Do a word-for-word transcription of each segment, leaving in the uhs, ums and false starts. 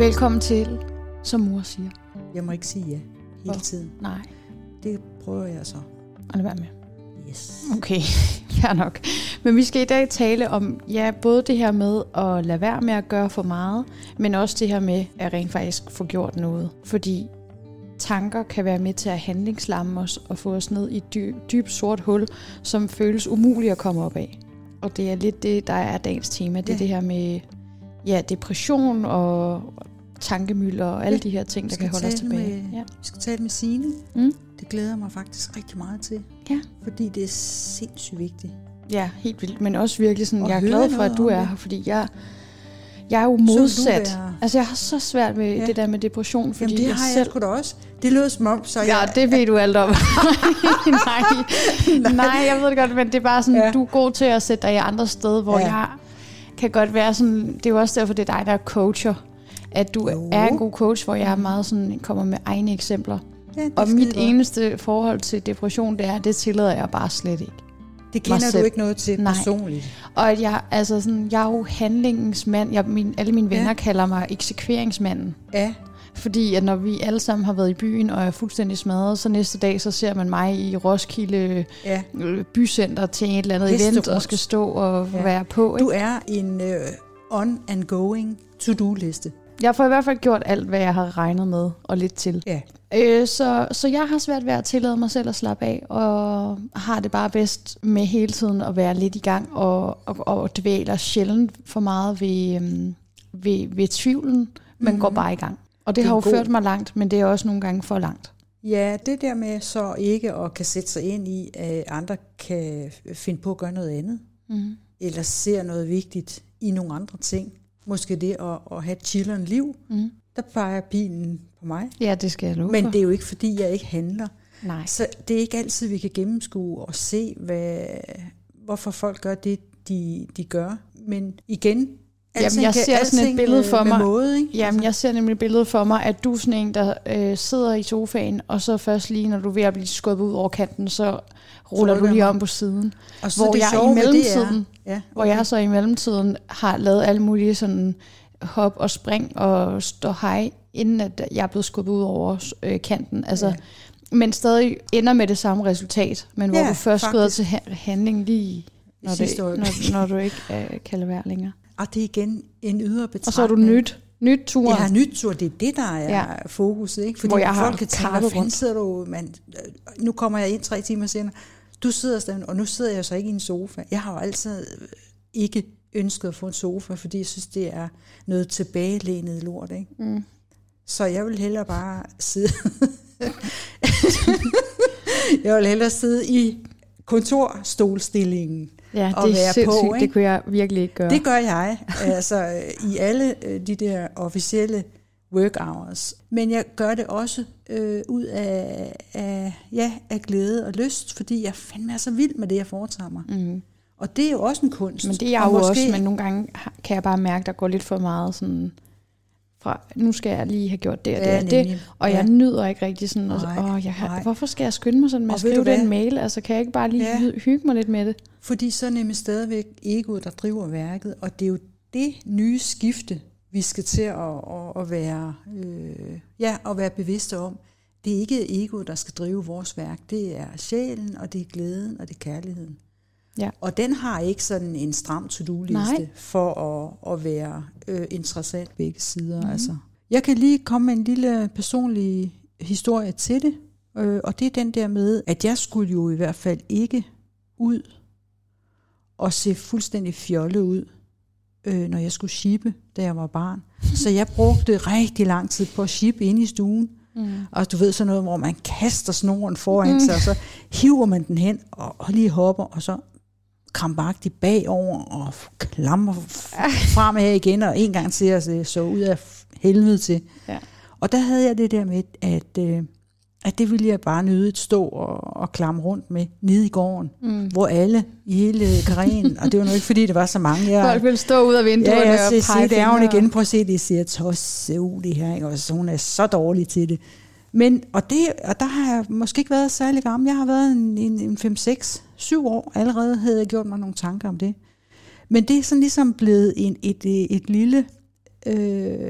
Velkommen til, som mor siger. Jeg må ikke sige ja hele oh, tiden. Nej. Det prøver jeg så. Og lad være med. Yes. Okay, fair nok. Men vi skal i dag tale om, ja, både det her med at lade være med at gøre for meget, men også det her med at rent faktisk få gjort noget. Fordi tanker kan være med til at handlingslamme os og få os ned i et dyb, dyb sort hul, som føles umuligt at komme op af. Og det er lidt det, der er dagens tema. Det er ja. det her med ja, depression og tankemylder og alle ja, de her ting, der kan holde os tilbage. Med, ja. Vi skal tale med Signe. Mm. Det glæder mig faktisk rigtig meget til. Ja. Fordi det er sindssygt vigtigt. Ja, helt vildt. Men også virkelig sådan, og jeg er glad for, at du er her, fordi jeg, jeg er jo modsat. Altså, jeg har så svært med ja. det der med depression, fordi Jamen, det jeg har selv... jeg sgu da også. Det lød som om, så jeg... Ja, det ved du alt om. nej, nej. nej, jeg ved det godt, men det er bare sådan, ja. du er god til at sætte dig i andre steder, hvor ja. jeg kan godt være sådan... Det er jo også derfor, det er dig, der er coacher. At du jo. er en god coach, hvor jeg er meget sådan, kommer med egne eksempler. Ja, og mit godt. eneste forhold til depression, det er, det tillader jeg bare slet ikke. Det kender du ikke noget til Nej. personligt. Og at jeg, altså sådan, jeg er jo handlingens mand. Jeg, min, alle mine venner ja. kalder mig eksekveringsmanden. Ja. Fordi at når vi alle sammen har været i byen og er fuldstændig smadret, så næste dag, så ser man mig i Roskilde ja. bycenter til et eller andet Heste event rundt. Og skal stå og ja. være på. Ikke? Du er en uh, on and going to-do-liste. Jeg får i hvert fald gjort alt, hvad jeg har regnet med og lidt til. Ja. Øh, så, så jeg har svært ved at tillade mig selv at slappe af, og har det bare bedst med hele tiden at være lidt i gang, og, og, og dvæler sjældent for meget ved, øhm, ved, ved tvivlen, men mm-hmm. går bare i gang. Og det, det har jo god. ført mig langt, men det er også nogle gange for langt. Ja, det der med så ikke at kan sætte sig ind i, at andre kan finde på at gøre noget andet, mm-hmm. eller ser noget vigtigt i nogle andre ting. Måske det at, at have et chilleren liv, mm. der peger pilen på mig. Ja, det skal jeg love Men for. det er jo ikke, fordi jeg ikke handler. Nej. Så det er ikke altid, vi kan gennemskue og se, hvad, hvorfor folk gør det, de, de gør. Men igen, Jamen, jeg ser sådan et billede for mig. Måde, ikke? Jamen, jeg ser nemlig et billede for mig, at du er sådan en, der øh, sidder i sofaen, og så først lige, når du er ved at blive skubbet ud over kanten, så ruller du lige om på siden. Og så hvor det jeg sjove, i mellemtiden, ja, okay. hvor jeg så i mellemtiden har lavet alle mulige sådan hop og spring og stå hej, inden at jeg er blevet skubbet ud over øh, kanten. Altså, ja. Men stadig ender med det samme resultat, men hvor ja, du først skrider til handling lige, når, det, når, når du ikke øh, kan lade være længere. Og det er igen en ydre betragtning. Og så er du nyt. Nyt tur. Jeg har nyt tur, det er det, der er ja. fokuset. Ikke? Fordi hvor jeg folk kan tænke, hvad fanden sidder du, man, nu kommer jeg ind tre timer senere, du sidder stadig, og nu sidder jeg så ikke i en sofa. Jeg har jo altid ikke ønsket at få en sofa, fordi jeg synes, det er noget tilbagelænet lort. Ikke? Mm. Så jeg vil hellere bare sidde, jeg vil hellere sidde i kontorstolstillingen. Ja, det er sindssygt. På, det kunne jeg virkelig ikke gøre. Det gør jeg, altså i alle de der officielle work hours. Men jeg gør det også øh, ud af, af, ja, af glæde og lyst, fordi jeg fandme er så vild med det, jeg foretager mig. Mm. Og det er jo også en kunst. Men det er jeg jo måske også, men nogle gange kan jeg bare mærke, der går lidt for meget sådan... Fra, nu skal jeg lige have gjort det og det ja, og det, og jeg ja. nyder ikke rigtig sådan, og, nej, åh, jeg har, hvorfor skal jeg skynde mig sådan med at skrive den mail, altså kan jeg ikke bare lige ja. hygge mig lidt med det? Fordi så er nemlig stadigvæk egoet, der driver værket, og det er jo det nye skifte, vi skal til at, at, at, være, øh, ja, at være bevidste om. Det er ikke egoet, der skal drive vores værk, det er sjælen, og det er glæden, og det er kærligheden. Ja. Og den har ikke sådan en stram to-do-liste for at, at være øh, interessant begge sider. Mm. Altså. Jeg kan lige komme med en lille personlig historie til det, øh, og det er den der med, at jeg skulle jo i hvert fald ikke ud og se fuldstændig fjollet ud, øh, når jeg skulle shippe, da jeg var barn. Så jeg brugte rigtig lang tid på at shippe inde i stuen. Mm. Og du ved sådan noget, hvor man kaster snoren foran mm. sig, og så hiver man den hen og, og lige hopper, og så krampagtigt bagover og klamrer frem her igen, og en gang til at så ud af helvede til. Ja. Og der havde jeg det der med, at, at det ville jeg bare nødigt stå og, og klamre rundt med nede i gården, mm. hvor alle i hele karreen, og det var nok ikke fordi, det var så mange. Jeg, Folk ville stå ud af vinduerne ja, og pege fingre. Ja, jeg igen, prøv at se, det ser tosse ud det her, ikke? Og så hun er så dårlig til det. Men, og, det, og der har jeg måske ikke været særlig gammel. Jeg har været en, en, en fem, seks, syv år allerede, havde jeg gjort mig nogle tanker om det. Men det er sådan ligesom blevet en, et, et, et lille øh,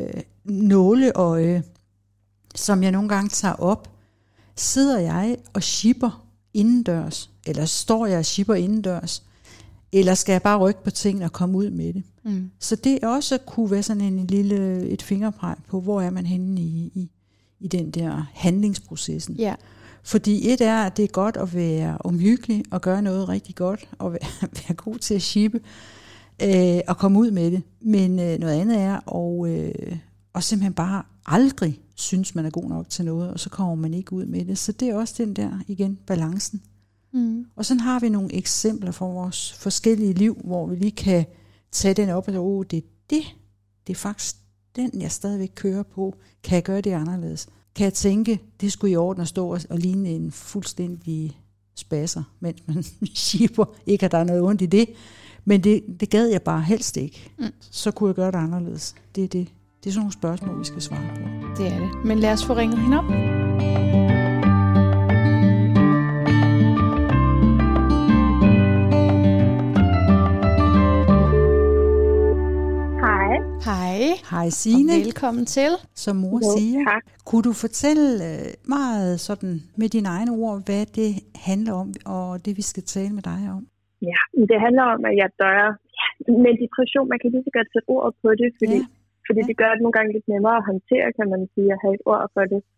nåleøje, som jeg nogle gange tager op. Sidder jeg og shipper indendørs, eller står jeg og shipper indendørs, eller skal jeg bare rykke på tingene og komme ud med det? Mm. Så det også kunne være sådan en lille et fingerpræg på, hvor er man henne i, i, i den der handlingsprocessen. Ja. Fordi et er, at det er godt at være omhyggelig og gøre noget rigtig godt, og være, være god til at shippe øh, og komme ud med det. Men øh, noget andet er at øh, og simpelthen bare aldrig synes, man er god nok til noget, og så kommer man ikke ud med det. Så det er også den der, igen, balancen. Mm. Og sådan har vi nogle eksempler fra vores forskellige liv, hvor vi lige kan tage den op og sige, åh, det er det, det er faktisk den, jeg stadigvæk kører på. Kan jeg gøre det anderledes? Kan jeg tænke, det skulle i orden at stå og, og ligne en fuldstændig spasser, mens man shipper. Ikke at der er noget ondt i det, men det, det gad jeg bare helst ikke. Mm. Så kunne jeg gøre det anderledes. Det er det. Det er sådan nogle spørgsmål, vi skal svare på. Det er det. Men lad os få ringet hende op. Hej. Hej. Hej Signe. Og velkommen til. Som mor jo, siger. Tak. Kunne du fortælle meget sådan med dine egne ord, hvad det handler om, og det vi skal tale med dig om? Ja, det handler om, at jeg dør ja, med depression. Man kan lige så godt sætte ord på det, fordi, ja. fordi ja. det gør det nogle gange lidt nemmere at håndtere, kan man sige, at have et ord for det.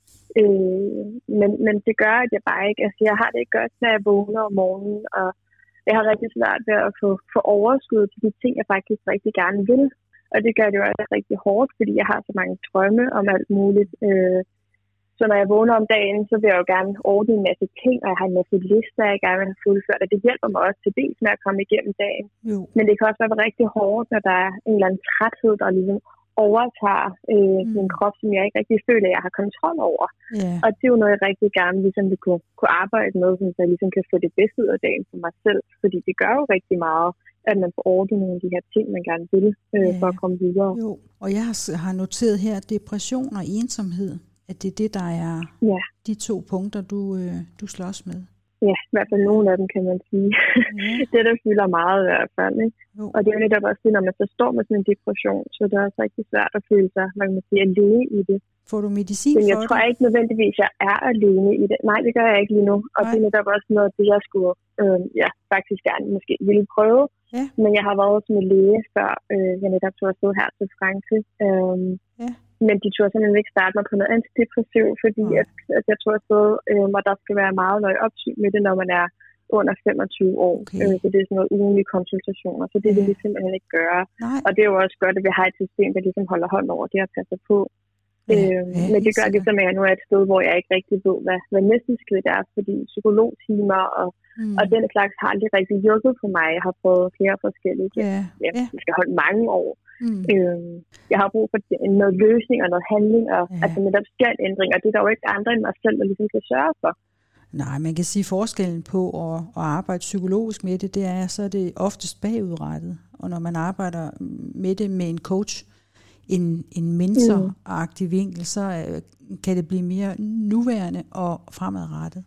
Øh, men, men det gør, at jeg bare ikke, altså jeg har det ikke godt, når jeg vågner om morgenen, og jeg har rigtig svært ved at få, få overskud til de ting, jeg faktisk rigtig gerne vil. Og det gør det jo også rigtig hårdt, fordi jeg har så mange drømme om alt muligt. Øh, Så når jeg vågner om dagen, så vil jeg jo gerne ordne en masse ting, og jeg har en masse lister, jeg gerne vil have fuldført, og det hjælper mig også til dels med at komme igennem dagen. Jo. Men det kan også være rigtig hårdt, når der er en eller anden træthed, der ligesom overtager øh, mm. min krop, som jeg ikke rigtig føler, at jeg har kontrol over. Yeah. Og det er jo noget, jeg rigtig gerne ligesom vil kunne, kunne arbejde med, så jeg ligesom kan få det bedste ud af dagen for mig selv. Fordi det gør jo rigtig meget, at man får ordnet nogle af de her ting, man gerne vil, øh, yeah. for at komme videre. Jo. Og jeg har noteret her depression og ensomhed. At det er det, der er ja. de to punkter, du, øh, du slås med? Ja, i hvert fald nogle af dem, kan man sige. Ja. Det, der fylder meget i hvert fald. Ikke? Og det er jo netop også det, når man så står med sådan en depression, så det er også rigtig svært at føle sig, man kan sige, alene i det. Får du medicin Men jeg for tror det? ikke nødvendigvis, at jeg er alene i det. Nej, det gør jeg ikke lige nu. Og Nej. det er netop også noget af det, jeg skulle øh, ja, faktisk gerne måske ville prøve. Ja. Men jeg har været hos min læge, før øh, jeg netop tog afsted her til Frankrig. Øh, ja. Men de turde simpelthen ikke starte mig på noget antidepressiv, fordi ja. at, at jeg tog afsted, øh, og der skal være meget nøje opsyn med det, når man er under femogtyve år. Okay. Øh, så det er sådan noget ugenlige konsultationer, så det ja. vil vi simpelthen ikke gøre. Nej. Og det er jo også godt, at vi har et system, der ligesom holder hånd over det og passer på. Ja. Øh, ja, men det gør det, som jeg nu er et sted, hvor jeg ikke rigtig ved, hvad, hvad næste skridt er, fordi psykologtimer og, mm. og den slags har aldrig rigtig hjulpet på mig. Jeg har prøvet flere forskellige. Ja. Ja, ja. Jeg skal holde mange år. Mm. Øhm, jeg har brug for noget løsning og noget handling, og ja. altså netop sker en ændring, og det er der jo ikke andre end mig selv, der ligesom kan sørge for. Nej, man kan sige forskellen på at, at arbejde psykologisk med det, det er, så er det oftest bagudrettet, og når man arbejder med det med en coach, en, en mentoragtig mm. vinkel, så uh, kan det blive mere nuværende og fremadrettet.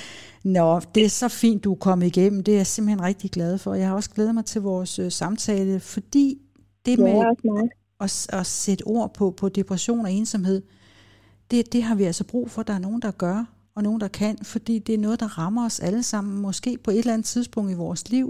Nå, det er så fint, du er kommet igennem, det er jeg simpelthen rigtig glad for. Jeg har også glædet mig til vores uh, samtale, fordi det med at, at sætte ord på, på depression og ensomhed, det, det har vi altså brug for, der er nogen, der gør, og nogen, der kan, fordi det er noget, der rammer os alle sammen, måske på et eller andet tidspunkt i vores liv.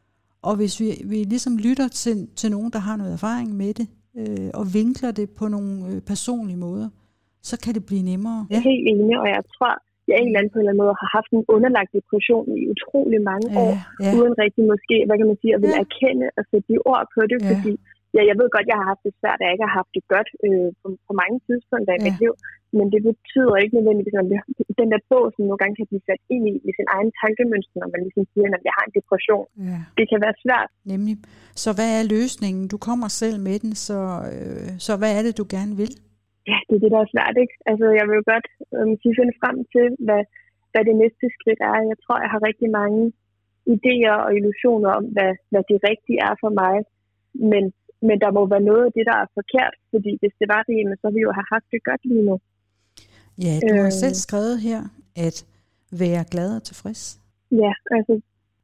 Og hvis vi, vi ligesom lytter til, til nogen, der har noget erfaring med det, øh, og vinkler det på nogle øh, personlige måder, så kan det blive nemmere. Jeg er helt enig, og jeg tror, jeg en eller anden på en eller anden måde har haft en underlagt depression i utrolig mange ja, år, ja. uden rigtig måske, hvad kan man sige, at vil ja. erkende og sætte de ord på det, ja. fordi ja, jeg ved godt, jeg har haft det svært, at jeg ikke har haft det godt øh, på, på mange tidspunkter i ja. mit liv, men det betyder ikke nødvendigvis, at den der bog, som nogle gange kan blive sat ind i, i sin egen tankemønster, når man ligesom siger, at jeg har en depression. Ja. Det kan være svært. Nemlig. Så hvad er løsningen? Du kommer selv med den, så, øh, så hvad er det, du gerne vil? Ja, det er det, der er svært, ikke? Altså, jeg vil jo godt øh, finde frem til, hvad, hvad det næste skridt er. Jeg tror, jeg har rigtig mange idéer og illusioner om, hvad, hvad det rigtige er for mig, men Men der må være noget af det, der er forkert, fordi hvis det var det, så ville vi jo have haft det godt lige nu. Ja, du har øh, selv skrevet her, at være glad og tilfreds. Ja, altså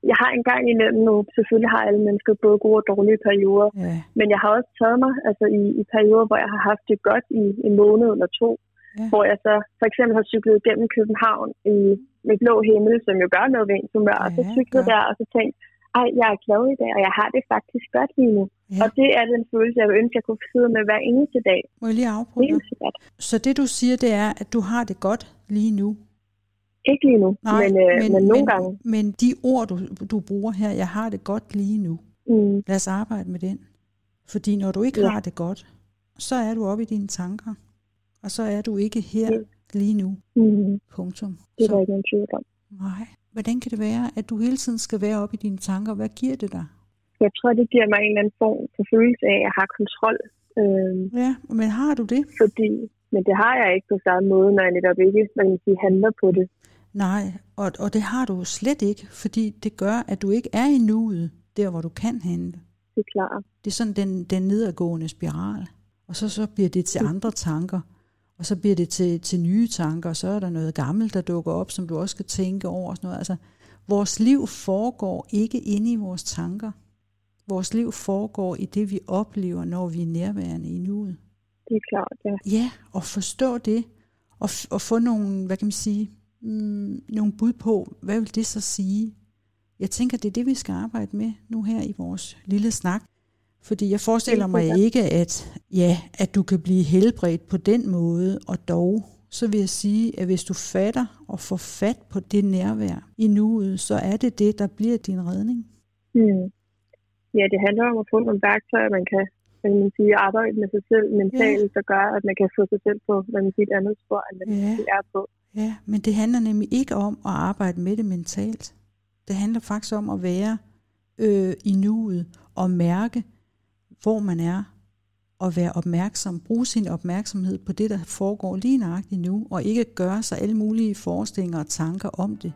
jeg har engang imellem nu, selvfølgelig har alle mennesker både gode og dårlige perioder, Ja. men jeg har også taget mig altså i, i perioder, hvor jeg har haft det godt i en måned eller to, Ja. hvor jeg så for eksempel har cyklet gennem København i med blå himmel, som jo gør noget ved ens humør, og så Ja, cyklede gør. der, og så tænkte, ej, jeg er glad i dag, og jeg har det faktisk godt lige nu. Ja. Og det er den følelse, jeg vil ønske, jeg kunne sidde med hver eneste dag. Må jeg lige afbryde dig? Helt sikkert. Så det du siger, det er, at du har det godt lige nu? Ikke lige nu, Nej, men, øh, men, men nogle men, gange. Men de ord, du, du bruger her, jeg har det godt lige nu. Mm. Lad os arbejde med den. Fordi når du ikke Ja. har det godt, så er du oppe i dine tanker. Og så er du ikke her Mm. lige nu. Mm. Punktum. Det er Så, der ikke nogen tvivl om. nej. Hvordan kan det være, at du hele tiden skal være oppe i dine tanker? Hvad giver det dig? Jeg tror, det giver mig en eller anden form for følelse af, at jeg har kontrol. Øh, Ja, men har du det? fordi, men det har jeg ikke på samme måde, når jeg netop ikke hvad kan man sige, handler på det. Nej, og, og det har du slet ikke, fordi det gør, at du ikke er i nuet, der hvor du kan handle. Det er klart. Det er sådan den, den nedadgående spiral. Og så, så bliver det til andre tanker. Og så bliver det til, til nye tanker. Og så er der noget gammelt, der dukker op, som du også skal tænke over. Og sådan noget. Altså, vores liv foregår ikke inde i vores tanker. Vores liv foregår i det, vi oplever, når vi er nærværende i nuet. Det er klart, ja. Ja, og forstå det. Og, f- og få nogle, hvad kan man sige, mm, nogle bud på, hvad vil det så sige? Jeg tænker, det er det, vi skal arbejde med nu her i vores lille snak. Fordi jeg forestiller mig ikke, at, ja, at du kan blive helbredt på den måde, og dog, så vil jeg sige, at hvis du fatter og får fat på det nærvær i nuet, så er det det, der bliver din redning. Mm. Ja, det handler om at få nogle værktøjer, man kan, hvad man sige, arbejde med sig selv mentalt, ja. Der gør, at man kan få sig selv på hvad man siger, et andet spor, end man Ja. er på. Ja, men det handler nemlig ikke om at arbejde med det mentalt. Det handler faktisk om at være øh, i nuet og mærke, hvor man er, og være opmærksom, bruge sin opmærksomhed på det, der foregår lige nøjagtigt nu, og ikke gøre sig alle mulige forestillinger og tanker om det.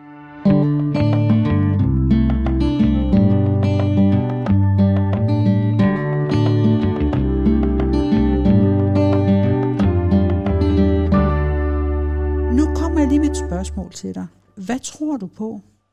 Nu kommer jeg lige med et spørgsmål til dig. Hvad tror du på?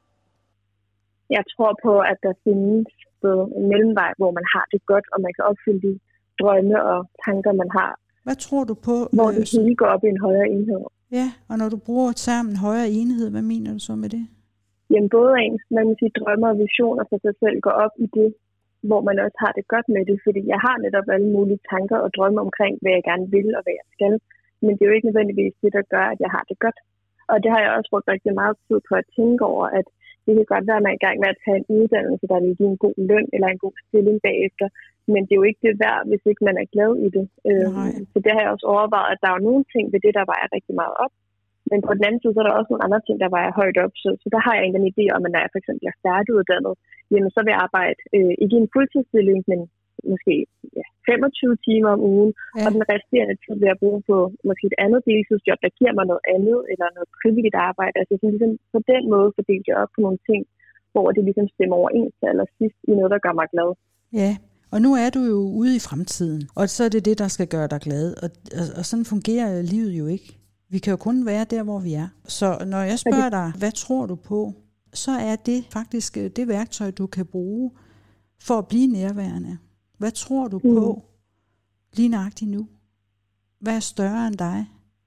Jeg tror på, at der findes en mellemvej, hvor man har det godt, og man kan opfylde de drømme og tanker, man har. Hvad tror du på? Hvor det hele går op i en højere enhed. Ja, og når du bruger termen højere enhed, hvad mener du så med det? Jamen både ens, man må sige, drømmer og visioner for sig selv går op i det, hvor man også har det godt med det. Fordi jeg har netop alle mulige tanker og drømme omkring, hvad jeg gerne vil og hvad jeg skal. Men det er jo ikke nødvendigvis det, der gør, at jeg har det godt. Og det har jeg også brugt rigtig meget tid på at tænke over, at det kan godt være, at man er i gang med at tage en uddannelse, der vil give en god løn eller en god stilling bagefter. Men det er jo ikke det værd, hvis ikke man er glad i det. Nej. Så det har jeg også overvejet, at der er nogle ting ved det, der vejer rigtig meget op. Men på den anden side, så er der også nogle andre ting, der vejer højt op. Så, så der har jeg egentlig en idé om, at når jeg for eksempel er færdiguddannet, jamen så vil jeg arbejde øh, ikke i en fuldtidsstilling, men måske ja, femogtyve timer om ugen. Ja. Og den resterende tid vil jeg bruge på måske et andet deltidsjob, der giver mig noget andet, eller noget frivilligt arbejde. Altså sådan ligesom på den måde fordelt jeg op på nogle ting, hvor det ligesom stemmer overens til allersidst i noget, der gør mig glad. Ja, og nu er du jo ude i fremtiden, og så er det det, der skal gøre dig glad. Og, og, og sådan fungerer livet jo ikke. Vi kan jo kun være der, hvor vi er. Så når jeg spørger dig, hvad tror du på, så er det faktisk det værktøj, du kan bruge for at blive nærværende. Hvad tror du på mm. lige nøjagtigt nu? Hvad er større end dig?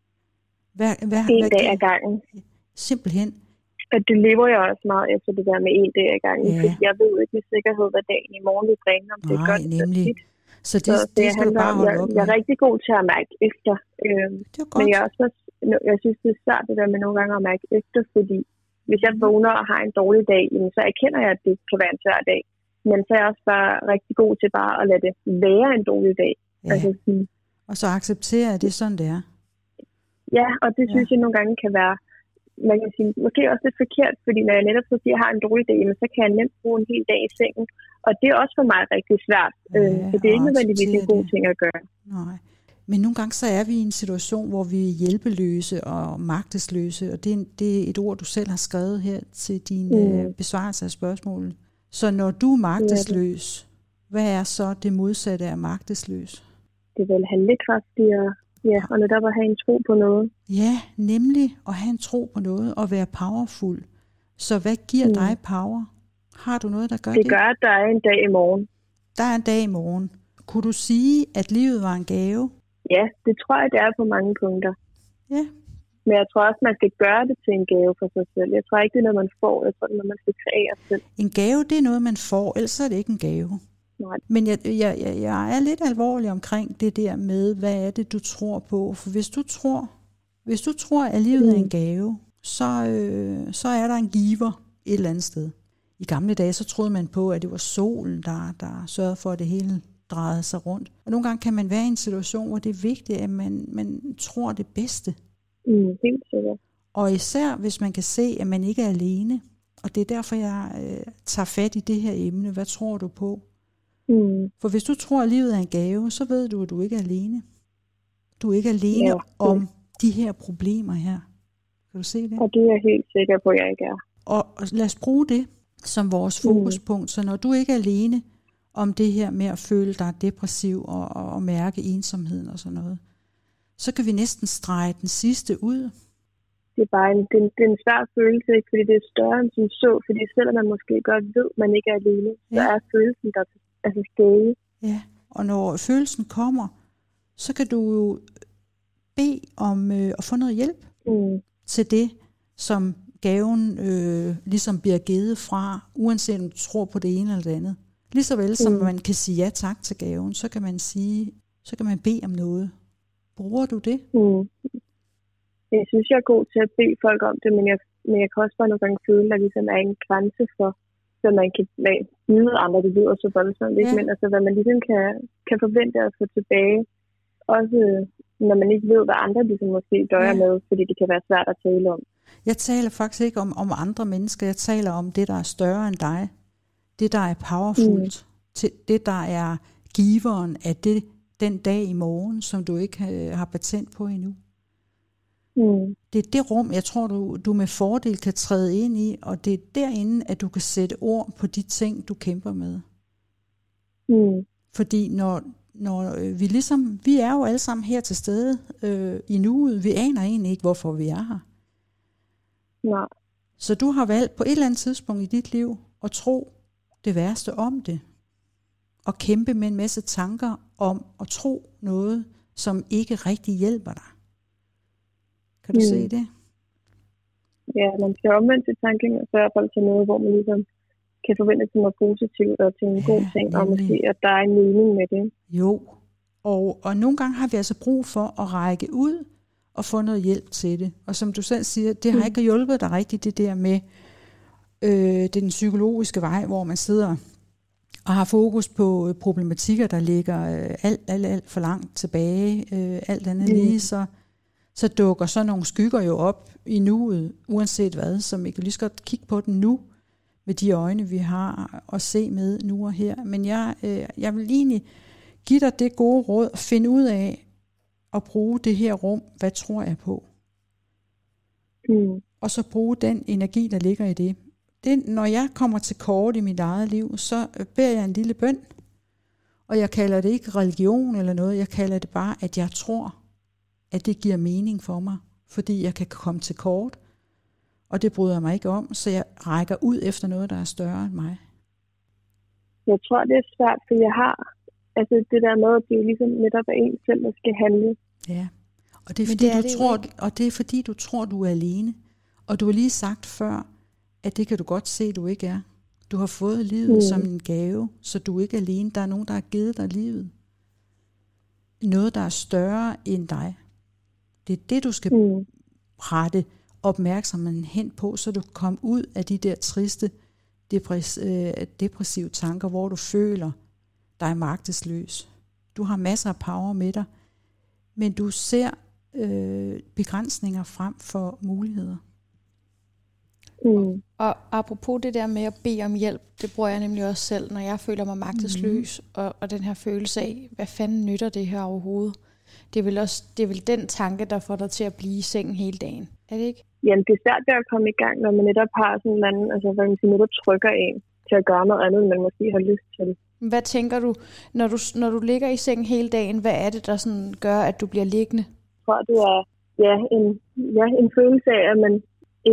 Hvad, hvad, en hvad, dag ad gangen. Simpelthen. Og det lever jeg også meget efter det der med en dag ad gangen. Ja. Jeg ved ikke med sikkerhed, hvad dagen i morgen vil bringe, om det er Nej, godt nemlig. eller skidt. Så det, Så det, det skal du bare holde jeg, op med. jeg er rigtig god til at mærke efter. Øhm, Det er godt. men jeg, er også, jeg synes, det er svært det der med nogle gange at mærke efter, fordi hvis jeg vågner og har en dårlig dag, jamen, så erkender jeg, at det kan være en svær dag. Men så er jeg også bare rigtig god til bare at lade det være en dårlig dag. Ja. Altså, sådan, Og så acceptere, at det er sådan, det er. ja, og det synes Ja. jeg nogle gange kan være, man kan sige, måske også lidt forkert, fordi når jeg netop så siger, at jeg har en dårlig dag, så kan jeg nemt bruge en hel dag i sengen. Og det er også for mig rigtig svært. Ja, øh, så det er ikke og nødvendigvis en acceptere god det. ting at gøre. Nej. Men nogle gange så er vi i en situation, hvor vi er hjælpeløse og magtesløse, og det er, det er et ord, du selv har skrevet her til din mm. øh, besvarelse af spørgsmålet. Så når du er magtesløs, hvad er så det modsatte af magtesløs? Det vil handlekraftig og, ja, og netop at have en tro på noget. Ja, nemlig at have en tro på noget og være powerful. Så hvad giver mm. dig power? Har du noget, der gør det? Det gør, at der er en dag i morgen. Der er en dag i morgen. Kunne du sige, at livet var en gave? Ja, det tror jeg, det er på mange punkter. Ja. Men jeg tror også, man skal gøre det til en gave for sig selv. Jeg tror ikke, det er noget, man får. Jeg tror, det er noget, man skal kreere selv. En gave, det er noget, man får. Ellers er det ikke en gave. Nej. Men jeg, jeg, jeg, jeg er lidt alvorlig omkring det der med, hvad er det, du tror på? For hvis du tror, hvis du tror at livet mm. er en gave, så, øh, så er der en giver et eller andet sted. I gamle dage, så troede man på, at det var solen, der, der sørgede for, at det hele drejede sig rundt. Og nogle gange kan man være i en situation, hvor det er vigtigt, at man, man tror det bedste. Mm, helt sikkert. Og især, hvis man kan se, at man ikke er alene. Og det er derfor, jeg øh, tager fat i det her emne. Hvad tror du på? Mm. For hvis du tror, at livet er en gave, så ved du, at du ikke er alene. Du er ikke alene ja, om de her problemer her. Kan du se det? Og det er jeg helt sikker på, at jeg ikke er. Og, og lad os bruge det som vores fokuspunkt. Mm. Så når du ikke er alene om det her med at føle dig depressiv og, og, og mærke ensomheden og sådan noget, så kan vi næsten strege den sidste ud. Det er bare en, det, det er en svær følelse, ikke? Fordi det er større end som så. Fordi selvom man måske godt ved, at man ikke er alene, ja. Så er følelsen der er til stede. Ja, og når følelsen kommer, så kan du jo bede om øh, at få noget hjælp mm. til det, som gaven øh, ligesom bliver givet fra, uanset om du tror på det ene eller det andet. Ligesåvel som mm. man kan sige ja tak til gaven, så kan man sige, så kan man bede om noget. Bruger du det? Mm. Jeg synes, jeg er god til at bede folk om det, men jeg, men jeg kan også bare nogle gange føle, at der ligesom er en grænse for, så man kan byde andre, det lyder så voldsomt, ikke? Ja. Men altså, hvad man ligesom kan, kan forvente at få tilbage, også når man ikke ved, hvad andre ligesom måske døjer ja. med, fordi det kan være svært at tale om. Jeg taler faktisk ikke om, om andre mennesker, jeg taler om det, der er større end dig. Det, der er powerfult. Mm. Det, der er giveren af det, den dag i morgen, som du ikke har patent på endnu. Mm. Det er det rum, jeg tror, du, du med fordel kan træde ind i, og det er derinde, at du kan sætte ord på de ting, du kæmper med. Mm. Fordi når, når vi ligesom, vi er jo alle sammen her til stede øh, i nuet, vi aner egentlig ikke, hvorfor vi er her. Nej. Så du har valgt på et eller andet tidspunkt i dit liv at tro det værste om det, og kæmpe med en masse tanker om at tro noget, som ikke rigtig hjælper dig. Kan du mm. se det? Ja, man skal omvendt til tanken og så i hvert fald til noget, hvor man ligesom kan forvente til noget positivt og til en ja, god ting, nemlig. Og måske, at der er en mening med det. Jo, og, og nogle gange har vi altså brug for at række ud og få noget hjælp til det. Og som du selv siger, det har mm. ikke hjulpet dig rigtigt, det der med øh, det den psykologiske vej, hvor man sidder og har fokus på problematikker, der ligger øh, alt, alt, alt for langt tilbage, øh, alt andet mm. lige, så så dukker så nogle skygger jo op i nuet, uanset hvad, som vi kan lige så godt kigge på den nu, med de øjne, vi har at se med nu og her. Men jeg, øh, jeg vil egentlig give dig det gode råd at finde ud af at bruge det her rum, hvad tror jeg på? Mm. Og så bruge den energi, der ligger i det. det. Når jeg kommer til kort i mit eget liv, så beder jeg en lille bøn, og jeg kalder det ikke religion eller noget, jeg kalder det bare, at jeg tror, at det giver mening for mig, fordi jeg kan komme til kort, og det bryder jeg mig ikke om, så jeg rækker ud efter noget, der er større end mig. Jeg tror, det er svært, for jeg har, altså det der med, at det er ligesom netop er en selv, der skal handle. Ja, og det er, fordi, det er, du, det tror, og det er fordi, du tror, du er alene, og du har lige sagt før, at det kan du godt se, du ikke er. Du har fået livet mm. som en gave, så du er ikke alene. Der er nogen, der har givet dig livet. Noget, der er større end dig. Det er det, du skal mm. rette opmærksomheden hen på, så du kan komme ud af de der triste, depress- øh, depressive tanker, hvor du føler dig magtesløs. Du har masser af power med dig, men du ser øh, begrænsninger frem for muligheder. Mm. Og apropos det der med at bede om hjælp, det bruger jeg nemlig også selv, når jeg føler mig magtesløs, mm. og, og den her følelse af, hvad fanden nytter det her overhovedet? Det er, vel også, det er vel den tanke, der får dig til at blive i sengen hele dagen. Er det ikke? Jamen, det er svært at komme i gang, når man netop har sådan en eller anden, altså hvad man siger, netop trykker en til at gøre noget andet, end man måske har lyst til. Hvad tænker du, når du, når du ligger i sengen hele dagen, hvad er det, der sådan gør, at du bliver liggende? Jeg tror, det er ja, en, ja, en følelse af, at man ikke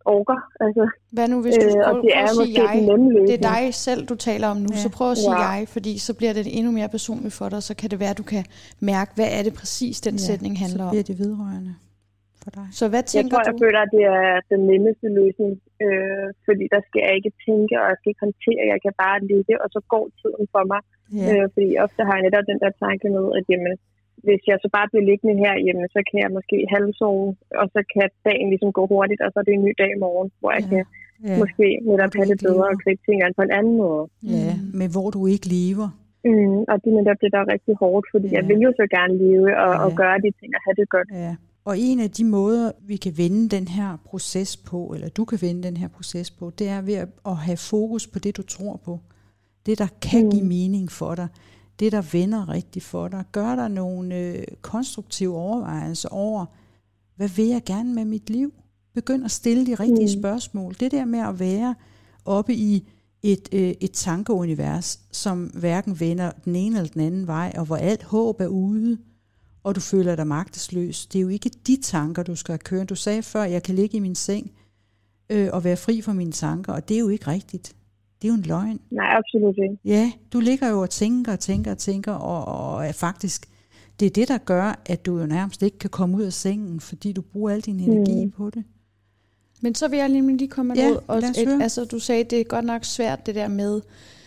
orker. Altså, hvad nu, hvis du øh, prøver, det prøver er at sige jeg? Det er dig selv, du taler om nu, ja. Så prøv at sige ja. jeg, fordi så bliver det endnu mere personligt for dig, så kan det være, at du kan mærke, hvad er det præcis, den ja, sætning handler om. Så bliver det vedrørende for dig. Så hvad tænker jeg tror, du? Jeg føler, at det er den nemmeste løsning, øh, fordi der skal jeg ikke tænke, og jeg skal ikke håndtere, jeg kan bare ligge, og så går tiden for mig. Ja. Øh, fordi ofte har jeg netop den der tanke med, at jamen, hvis jeg så bare bliver liggende her, jamen, så kan jeg måske halvsove, og så kan dagen ligesom gå hurtigt, og så er det en ny dag i morgen, hvor jeg ja. kan ja. måske netop have det bedre og gribe tingene på en anden måde. Ja, men hvor du ikke lever. Mm, og det er netop det, der er rigtig hårdt, fordi ja. jeg vil jo så gerne leve og, ja. og gøre de ting og have det godt. Ja. Og en af de måder, vi kan vende den her proces på, eller du kan vende den her proces på, det er ved at have fokus på det, du tror på. Det, der kan mm. give mening for dig. Det, der vender rigtigt for dig. Gør der nogle øh, konstruktive overvejelser over, hvad vil jeg gerne med mit liv? Begynd at stille de rigtige mm. spørgsmål. Det der med at være oppe i et, øh, et tankeunivers, som hverken vender den ene eller den anden vej, og hvor alt håb er ude, og du føler dig magtesløs. Det er jo ikke de tanker, du skal køre. Du sagde før, at jeg kan ligge i min seng øh, og være fri for mine tanker, og det er jo ikke rigtigt. Det er jo en løgn. Nej, absolut ikke. Ja, du ligger jo og tænker og tænker og tænker, og, og er faktisk, det er det, der gør, at du jo nærmest ikke kan komme ud af sengen, fordi du bruger al din energi mm. på det. Men så vil jeg lige, lige komme ja, ud, og et, altså du sagde, det er godt nok svært det der med,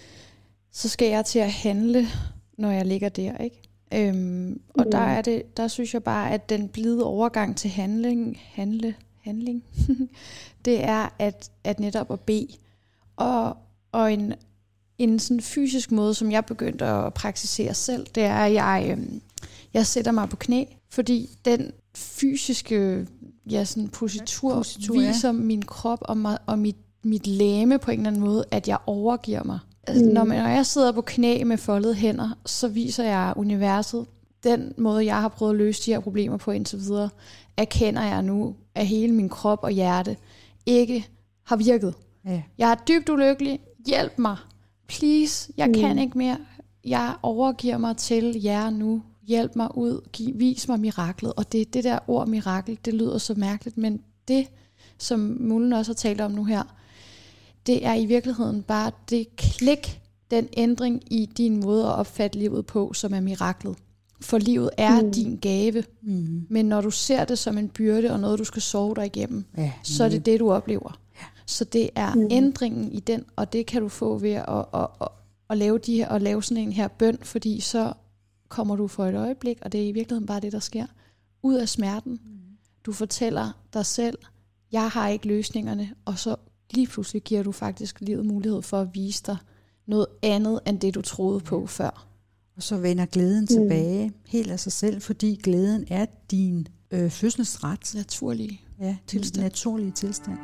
så skal jeg til at handle, når jeg ligger der, ikke? Øhm, og mm. der er det, der synes jeg bare, at den blide overgang til handling, handle, handling, det er at, at netop at bede. Og, og en, en sådan fysisk måde, som jeg begyndte at praktisere selv, det er, at jeg, øhm, jeg sætter mig på knæ, fordi den fysiske ja, sådan positur, positur viser ja. min krop og, mig, og mit, mit læme på en eller anden måde, at jeg overgiver mig. Altså, mm. når, man, når jeg sidder på knæ med foldede hænder, så viser jeg universet, den måde, jeg har prøvet at løse de her problemer på indtil videre, erkender jeg nu, at hele min krop og hjerte ikke har virket. Ja. Jeg er dybt ulykkelig. Hjælp mig. Please. Jeg mm. kan ikke mere. Jeg overgiver mig til jer nu. Hjælp mig ud. Giv, vis mig miraklet. Og det, det der ord mirakel, det lyder så mærkeligt, men det, som Mullen også har talt om nu her, det er i virkeligheden bare det klik, den ændring i din måde at opfatte livet på, som er miraklet. For livet er mm. din gave. Mm. Men når du ser det som en byrde, og noget, du skal sove dig igennem, ja, så er det det, du oplever. Ja. Så det er mm. ændringen i den, og det kan du få ved at, at, at, at, at, lave, de her, at lave sådan en her bøn, fordi så kommer du for et øjeblik, og det er i virkeligheden bare det, der sker, ud af smerten. Mm. Du fortæller dig selv, jeg har ikke løsningerne, og så lige pludselig giver du faktisk livet mulighed for at vise dig noget andet, end det du troede på før. Og så vender glæden mm. tilbage helt af sig selv, fordi glæden er din øh, fødselsret. Naturlige ja, tilstand. naturlige tilstand.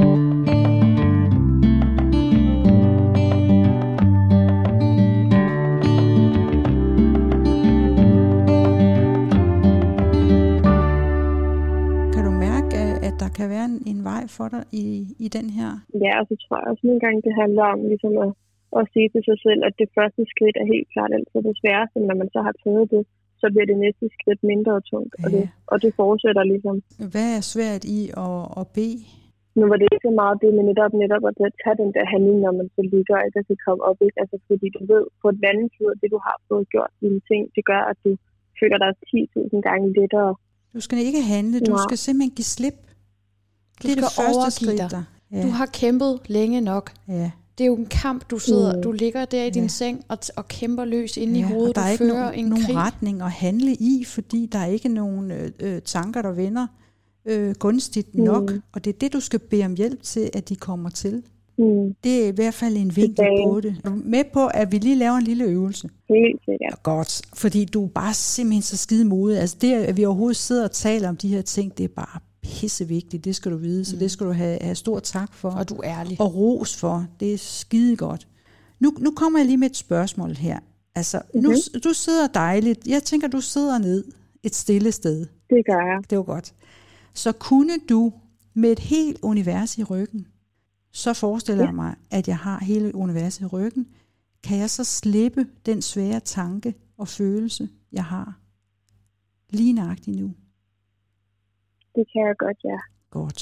Kan du mærke, at der kan være en, en vej for dig i, i den her? Ja, og så tror jeg også nogle gange, det handler om ligesom at og sige til sig selv, at det første skridt er helt klart altid det sværeste, når man så har taget det, så bliver det næste skridt mindre og tungt, ja. og, det, og det fortsætter ligesom. Hvad er svært i at, at bede? Nu var det ikke så meget det, men netop, netop at tage den der handling, når man så ligger, at der kan komme op, ikke? Altså fordi du ved, på et andet side, det du har fået gjort dine ting, det gør, at du føler dig ti tusind gange lettere. Du skal ikke handle, du ja. skal simpelthen give slip. Du det er det første skridt. Ja. Du har kæmpet længe nok. Ja. Det er jo en kamp, du sidder, mm. du ligger der i din ja. seng og, og kæmper løs inde ja, i hovedet. Der er du ikke fører nogen, en nogen krig. retning at handle i, fordi der er ikke nogen øh, tanker, der vender øh, gunstigt mm. nok. Og det er det, du skal bede om hjælp til, at de kommer til. Mm. Det er i hvert fald en vinkel på det. Er du med på, at vi lige laver en lille øvelse? Helt sikkert. Godt, fordi du er bare simpelthen så skide modig. Altså det, at vi overhovedet sidder og taler om de her ting, det er bare pissevigtigt, det skal du vide, så mm. det skal du have, have stor tak for. Og du er ærlig. Og ros for, det er skide godt. Nu, nu kommer jeg lige med et spørgsmål her. Altså, mm-hmm. nu, du sidder dejligt, jeg tænker, du sidder ned et stille sted. Det gør jeg. Det var godt. Så kunne du med et helt univers i ryggen, så forestiller ja. jeg mig, at jeg har hele universet i ryggen, kan jeg så slippe den svære tanke og følelse, jeg har lige nøjagtigt nu? Det kan jeg godt, ja. Godt.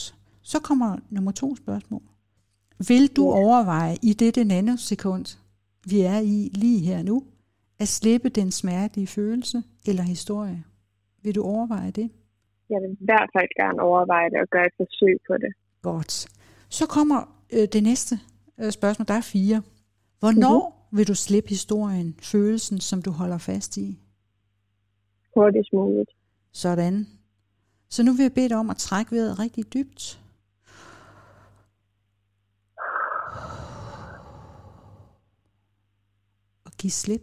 Så kommer nummer to spørgsmål. Vil du Ja. overveje i dette nanosekund, vi er i lige her nu, at slippe den smertelige følelse eller historie? Vil du overveje det? Jeg vil i hvert fald gerne overveje det og gøre et forsøg på det. Godt. Så kommer øh, det næste øh, spørgsmål. Der er fire. Hvornår mm-hmm. vil du slippe historien, følelsen, som du holder fast i? Hurtigst muligt. Sådan. Så nu vil jeg bede dig om at trække vejret rigtig dybt. Og give slip.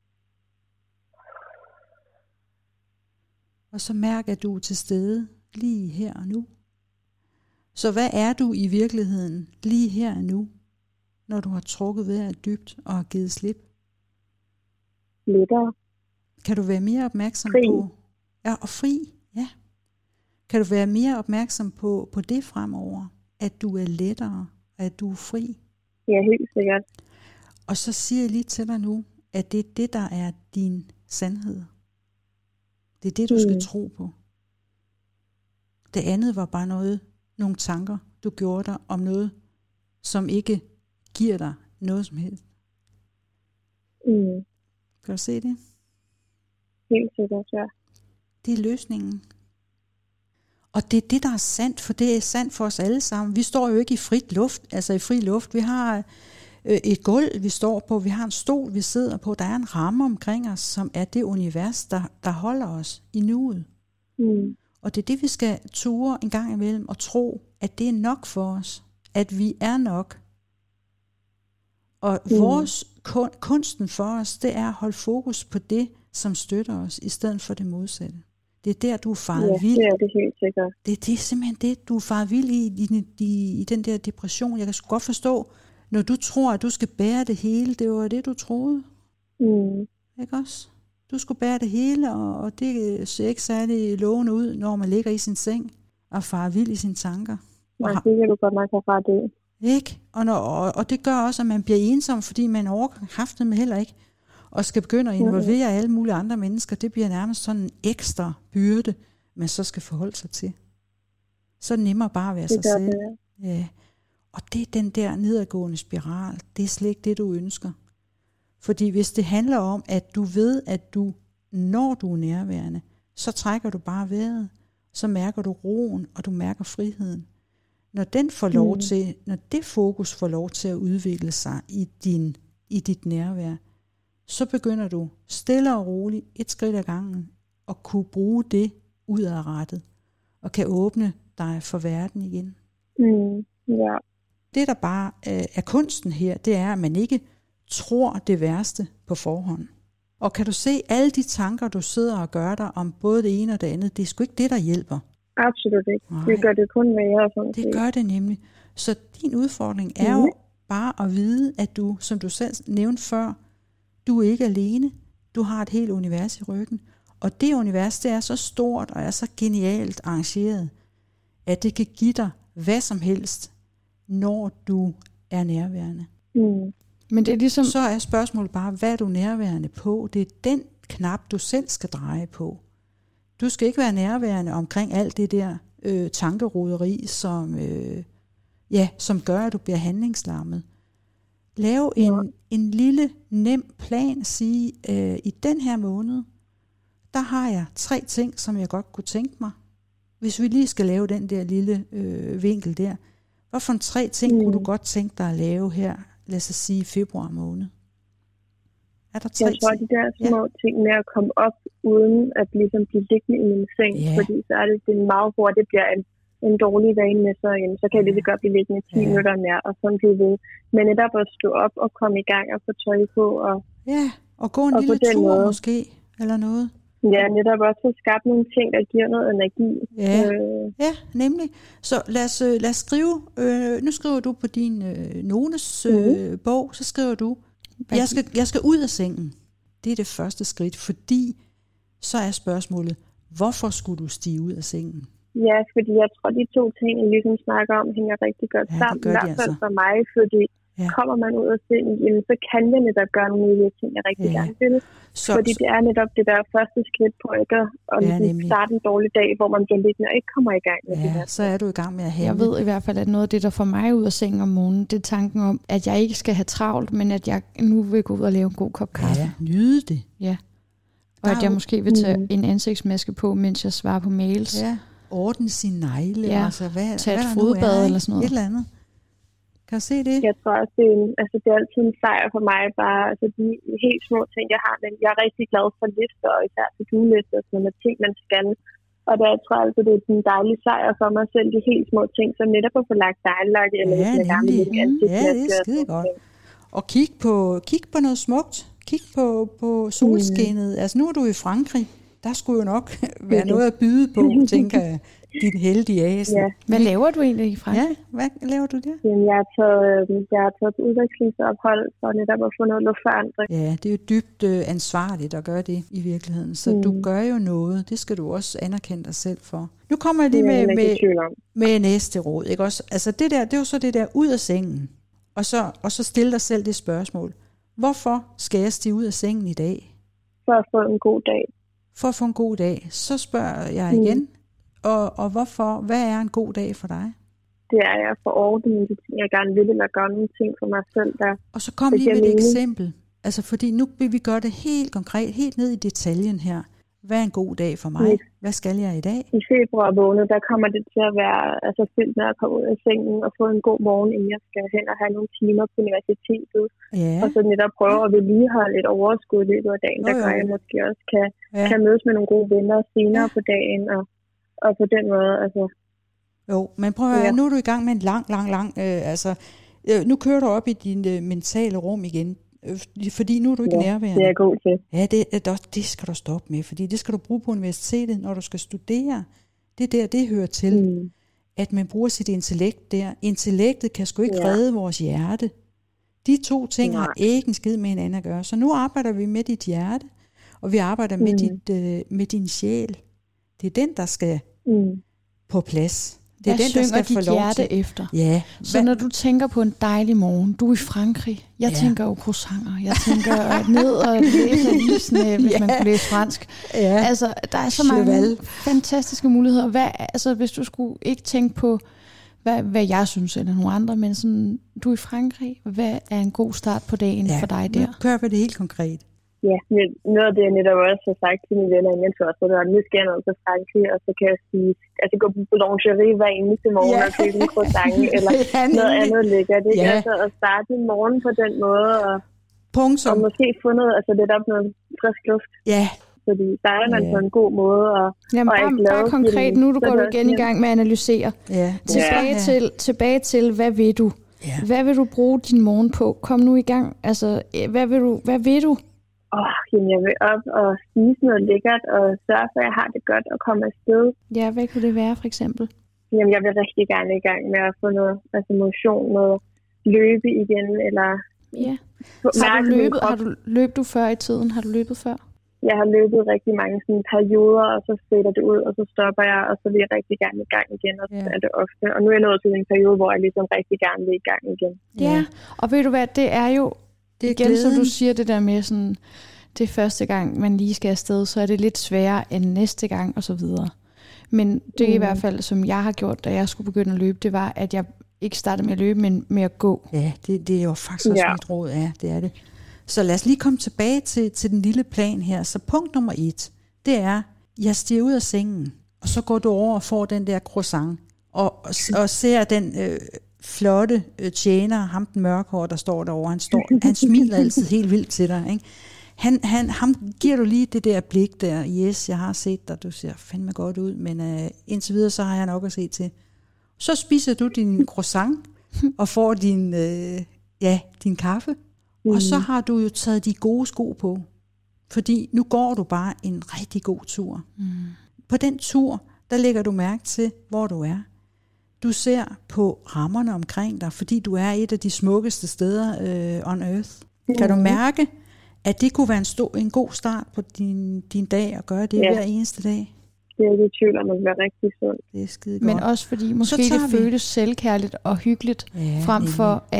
Og så mærk, at du er til stede lige her og nu. Så hvad er du i virkeligheden lige her og nu, når du har trukket vejret dybt og har givet slip? Lettere. Kan du være mere opmærksom Fri. på... Ja, og fri, ja. Kan du være mere opmærksom på, på det fremover, at du er lettere, at du er fri? Ja, helt sikkert. Og så siger jeg lige til dig nu, at det er det, der er din sandhed. Det er det, du mm. skal tro på. Det andet var bare noget, nogle tanker, du gjorde dig om noget, som ikke giver dig noget som helst. Mm. Kan du se det? Helt sikkert, ja. Det er løsningen. Og det er det, der er sandt, for det er sandt for os alle sammen. Vi står jo ikke i frit luft, altså i fri luft. Vi har øh, et gulv, vi står på. Vi har en stol, vi sidder på. Der er en ramme omkring os, som er det univers, der, der holder os i nuet. Mm. Og det er det, vi skal ture en gang imellem og tro, at det er nok for os. At vi er nok. Og mm. vores kun, kunsten for os, det er at holde fokus på det, som støtter os, i stedet for det modsatte. Det er der, du er faret Ja, vild. det er det helt sikkert. Det er det, simpelthen det, du er faret vild i, i, i, i den der depression. Jeg kan sgu godt forstå, når du tror, at du skal bære det hele, det var det, du troede. Mm. Ikke også? Du skulle bære det hele, og, og det ser ikke særlig lovende ud, når man ligger i sin seng og farer vild i sine tanker. Nej, det kan du godt nok have ret i. Ikke? Og, når, og, og det gør også, at man bliver ensom, fordi man overgår kraftedeme heller ikke. Og skal begynde at involvere alle mulige andre mennesker. Det bliver nærmest sådan en ekstra byrde, man så skal forholde sig til. Så er det nemmere bare at være sig selv. Det, ja. Ja. Og det er den der nedadgående spiral. Det er slet ikke det, du ønsker. Fordi hvis det handler om, at du ved, at du, når du er nærværende, så trækker du bare vejret. Så mærker du roen, og du mærker friheden. Når den får lov mm. til, når det fokus får lov til at udvikle sig i, din, i dit nærvær, så begynder du stille og roligt, et skridt ad gangen, at kunne bruge det udadrettet, og kan åbne dig for verden igen. Mm, ja. Det, der bare øh, er kunsten her, det er, at man ikke tror det værste på forhånd. Og kan du se, alle de tanker, du sidder og gør dig om både det ene og det andet, det er sgu ikke det, der hjælper. Absolut ikke. Nej. Det gør det kun værre. Sådan Det set. gør det nemlig. Så din udfordring er jo bare at vide, at du, som du selv nævnte før, du er ikke alene. Du har et helt univers i ryggen. Og det univers, det er så stort og er så genialt arrangeret, at det kan give dig hvad som helst, når du er nærværende. Mm. Men det er ligesom... Så er spørgsmålet bare, hvad er du nærværende på? Det er den knap, du selv skal dreje på. Du skal ikke være nærværende omkring alt det der øh, tankeroderi, som, øh, ja, som gør, at du bliver handlingslammet. Lav en, ja. en lille, nem plan. Sige, øh, i den her måned, der har jeg tre ting, som jeg godt kunne tænke mig. Hvis vi lige skal lave den der lille øh, vinkel der. Hvad for en tre ting mm. kunne du godt tænke dig at lave her, lad os sige februar måned? Er der tre jeg tror, ting? de der små ja. ting med at komme op, uden at ligesom blive liggende i min seng, ja. fordi så er det, det er meget hurtigt, det bliver en, en dårlig vane med sig igen. Så kan jeg lige så godt blive liggende ti ja. minutter mere, og sådan blive ved. Men netop at stå op og komme i gang og få tøj på. Og, ja, og gå en og lille tur måde. måske, eller noget. Ja, netop også at skabe nogle ting, der giver noget energi. Ja, øh. ja nemlig. Så lad os, lad os skrive, øh, nu skriver du på din øh, Nones øh, mm. bog, så skriver du, jeg skal, jeg skal ud af sengen. Det er det første skridt, fordi så er spørgsmålet, hvorfor skulle du stige ud af sengen? Ja, fordi jeg tror, de to ting, jeg ligesom snakker om, hænger rigtig godt ja, sammen. I hvert fald altså. for mig, fordi ja. kommer man ud af sengen, jamen, så kan jeg netop gøre nogle af de ting, jeg rigtig ja. gerne vil. Så, Fordi det er netop det der første skridt på ikke at ja, starte en dårlig dag, hvor man bliver liggende og ikke kommer i gang med ja, det her. Så er du i gang med at handle. Jeg ved i hvert fald, at noget af det, der får mig ud af sengen om morgenen, det er tanken om, at jeg ikke skal have travlt, men at jeg nu vil gå ud og lave en god kop kaffe. Ja, nyde det. Ja. Og at jeg måske vil tage mm. en ansigtsmaske på, mens jeg svarer på mails. Ja, ordne sin negle. Ja, altså, hvad, tage et hvad fodbad er, eller sådan noget. Et eller andet. Kan du se det? Jeg tror også, det er, en, altså, det er altid en sejr for mig. Bare altså, de helt små ting, jeg har. Men jeg er rigtig glad for lister, og især til do-lister og sådan noget ting, man skal. Og der tror jeg altså, det er en dejlig sejr for mig selv, de helt små ting, som netop at få lagt dejlagt, eller ja, hvis jeg gerne vil mm, ja, det er skide godt. Og kig på, kig på noget smukt. Kig på, på solskinnet. Mm. Altså nu er du i Frankrig. Der skulle jo nok være noget at byde på, tænker jeg. Din heldige as. Ja. Hvad laver du egentlig i Frankrig? Ja, hvad laver du der? Jamen, jeg har taget, jeg har taget udvekslingsophold for netop at få noget luftforandring. Ja, det er jo dybt øh, ansvarligt at gøre det i virkeligheden. Så mm. du gør jo noget. Det skal du også anerkende dig selv for. Nu kommer jeg lige med, med, med næste råd. Ikke? Også, altså det der, det er jo så det der ud af sengen. Og så, og så stille dig selv det spørgsmål. Hvorfor skal jeg stige ud af sengen i dag? For at få en god dag. For at få en god dag. Så spørger jeg igen. Mm. Og, og hvorfor? Hvad er en god dag for dig? Det er, at jeg får ordnet de ting, jeg gerne vil, eller gøre nogle ting for mig selv. Der og så kom lige med et eksempel. Altså, fordi nu vil vi gøre det helt konkret, helt ned i detaljen her. Hvad er en god dag for mig? Hvad skal jeg i dag? I februar måned, der kommer det til at være altså, fyldt med at komme ud af sengen og få en god morgen, inden jeg skal hen og have nogle timer på universitetet. Ja. Og så netop prøve at vedligeholde et overskud i løbet af dagen, der gør, at jeg måske også kan, ja. kan mødes med nogle gode venner senere ja. på dagen. Og Og på den måde, altså... Jo, men prøv at høre, ja. nu er du i gang med en lang, lang, lang... Øh, altså, øh, nu kører du op i din øh, mentale rum igen, øh, fordi nu er du ikke ja, nærværende. det er jeg god til. Ja, det, det, det skal du stoppe med, fordi det skal du bruge på universitetet, når du skal studere. Det er der, det hører til, mm. at man bruger sit intellekt der. Intellektet kan sgu ikke ja. redde vores hjerte. De to ting ja. har ikke en skid med hinanden at gøre. Så nu arbejder vi med dit hjerte, og vi arbejder mm. med, dit, øh, med din sjæl. Det er den, der skal mm. på plads. Det er jeg den, der skal dit få lov hjerte til. efter. Ja. Så når du tænker på en dejlig morgen, du er i Frankrig. Jeg ja. tænker jo croissanter. Jeg tænker ned og læse avisen, hvis ja. man kunne læse fransk. Ja. Altså, der er så mange Cheval. fantastiske muligheder. Hvad, altså, hvis du skulle ikke tænke på, hvad, hvad jeg synes, eller nogle andre, men sådan, du er i Frankrig. Hvad er en god start på dagen ja. for dig der? Nu kører vi det helt konkret. Ja, noget af det, jeg netop også har sagt til mine venner, inden jeg også, det var, at nu skal jeg ned til Frankrig, og så kan jeg sige, altså gå på boulangerie hver eneste morgen ja. og købe en croissant, eller ja, noget andet lækkert. Det er ja. altså at starte en morgen på den måde, og, og måske få noget, altså lidt op noget frisk luft. Ja. Fordi der er man ja. på en god måde, og, Jamen, og bare, er glad. Bare konkret, nu du går du igen i gang med at analysere. Ja. Tilbage, ja. Til, tilbage til, hvad vil du? Ja. Hvad vil du bruge din morgen på? Kom nu i gang. Altså, hvad vil du? Hvad vil du? Åh, oh, jamen jeg vil op og spise noget lækkert, og sørge for, at jeg har det godt og komme afsted. Ja, hvad kunne det være for eksempel? Jamen jeg vil rigtig gerne i gang med at få noget altså motion, noget løbe igen, eller... Ja. Har du, løbet, har du løbet du før i tiden? Har du løbet før? Jeg har løbet rigtig mange sådan, perioder, og så sætter det ud, og så stopper jeg, og så vil jeg rigtig gerne i gang igen, og så yeah. er det ofte. Og nu er jeg nået til en periode, hvor jeg ligesom rigtig gerne vil i gang igen. Ja, ja. Og ved du hvad, det er jo... Det er igen, glæden. Som du siger det der med sådan, det er første gang, man lige skal afsted, så er det lidt sværere end næste gang, og så videre. Men det mm. i hvert fald, som jeg har gjort, da jeg skulle begynde at løbe, det var, at jeg ikke startede med at løbe, men med at gå. Ja, det, det er jo faktisk også ja. mit råd, ja, det er det. Så lad os lige komme tilbage til, til den lille plan her. Så punkt nummer et, det er, jeg stiger ud af sengen, og så går du over og får den der croissant, og, og, og ser den... Øh, flotte øh, tjener, ham den mørkhårede, der står derovre, han, står, han smiler altid helt vildt til dig, ikke? Han, han, ham giver du lige det der blik der, yes, jeg har set dig, du ser fandme godt ud, men øh, indtil videre, så har jeg nok at se til. Så spiser du din croissant, og får din, øh, ja, din kaffe, mm. og så har du jo taget de gode sko på, fordi nu går du bare en rigtig god tur. Mm. På den tur, der lægger du mærke til, hvor du er. Du ser på rammerne omkring dig, fordi du er et af de smukkeste steder uh, on earth. Mm. Kan du mærke, at det kunne være en, stor, en god start på din, din dag, at gøre det ja. hver eneste dag? Det er ikke tvivl om, at det er rigtig sundt. Det er skide godt. Men også fordi måske det føles selvkærligt og hyggeligt, ja, frem for at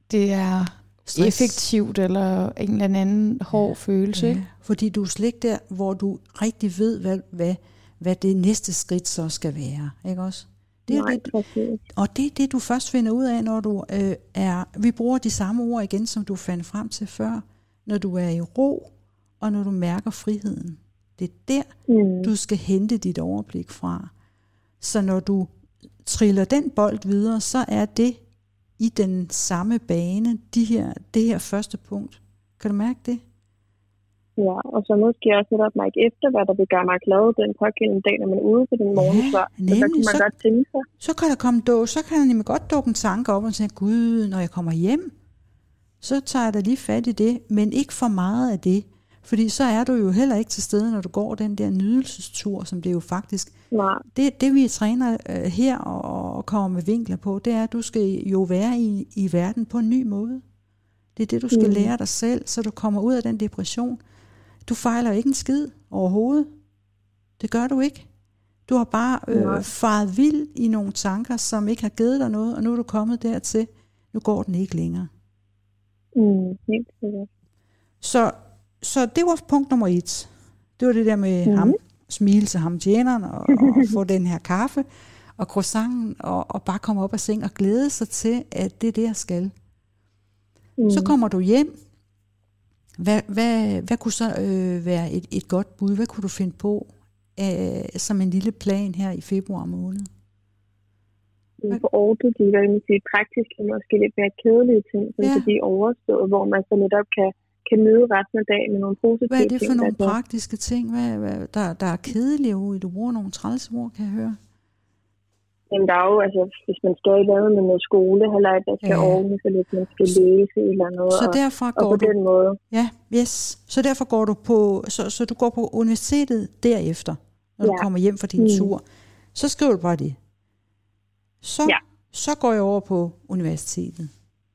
det er stress. Effektivt, eller en eller anden hård ja. følelse. Ja. Fordi du er slet ikke der, hvor du rigtig ved, hvad, hvad, hvad det næste skridt så skal være. Ikke også? Det er Nej, det, og det er det, du først finder ud af, når du øh, er... Vi bruger de samme ord igen, som du fandt frem til før. Når du er i ro, og når du mærker friheden. Det er der, mm. du skal hente dit overblik fra. Så når du triller den bold videre, så er det i den samme bane, de her, det her første punkt. Kan du mærke det? Ja, og så måske også netop mærke efter, hvad der vil gøre mig glad den pågældende dag, når man er ude på den morgensvar. Ja, nemlig, så der kunne man så, godt tænke sig. Så kan der komme dog, så kan der nemlig godt dukke en tanke op og sige, gud, når jeg kommer hjem, så tager jeg da lige fat i det, men ikke for meget af det. Fordi så er du jo heller ikke til stede, når du går den der nydelsestur, som det jo faktisk... Nej. Det, det vi træner øh, her og, og kommer med vinkler på, det er, at du skal jo være i, i verden på en ny måde. Det er det, du skal mm. lære dig selv, så du kommer ud af den depression. Du fejler ikke en skid overhovedet. Det gør du ikke. Du har bare øh, faret vild i nogle tanker, som ikke har givet dig noget, og nu er du kommet dertil. Nu går den ikke længere. Mm, helt sikkert. Så, så det var punkt nummer et. Det var det der med mm. ham, smile til ham tjeneren, og, og få den her kaffe, og croissanten, og, og bare komme op og seng, og glæde sig til, at det er det, jeg skal. Mm. Så kommer du hjem. Hvad, hvad, hvad kunne så øh, være et, et godt bud? Hvad kunne du finde på øh, som en lille plan her i februar måned? For ordet, de vil sige praktisk, og måske lidt mere kedelige ting, som ja. de overstået, hvor man så netop kan, kan møde resten af dagen med nogle positive ting. Hvad er det for ting, nogle der praktiske ting, hvad, hvad, der, der er kedelige ude? Du bruger nogle trælsord, kan jeg høre? Jamen, der er jo, altså, hvis man skal lave med noget skole, eller at der skal ja. ordne sig lidt, man skal læse eller noget, så derfor og, går og på du, den måde. Ja, yes. Så derfor går du på, så, så du går på universitetet derefter, når ja. du kommer hjem fra din mm. tur. Så skriver du bare det. Så, ja. så går jeg over på universitetet.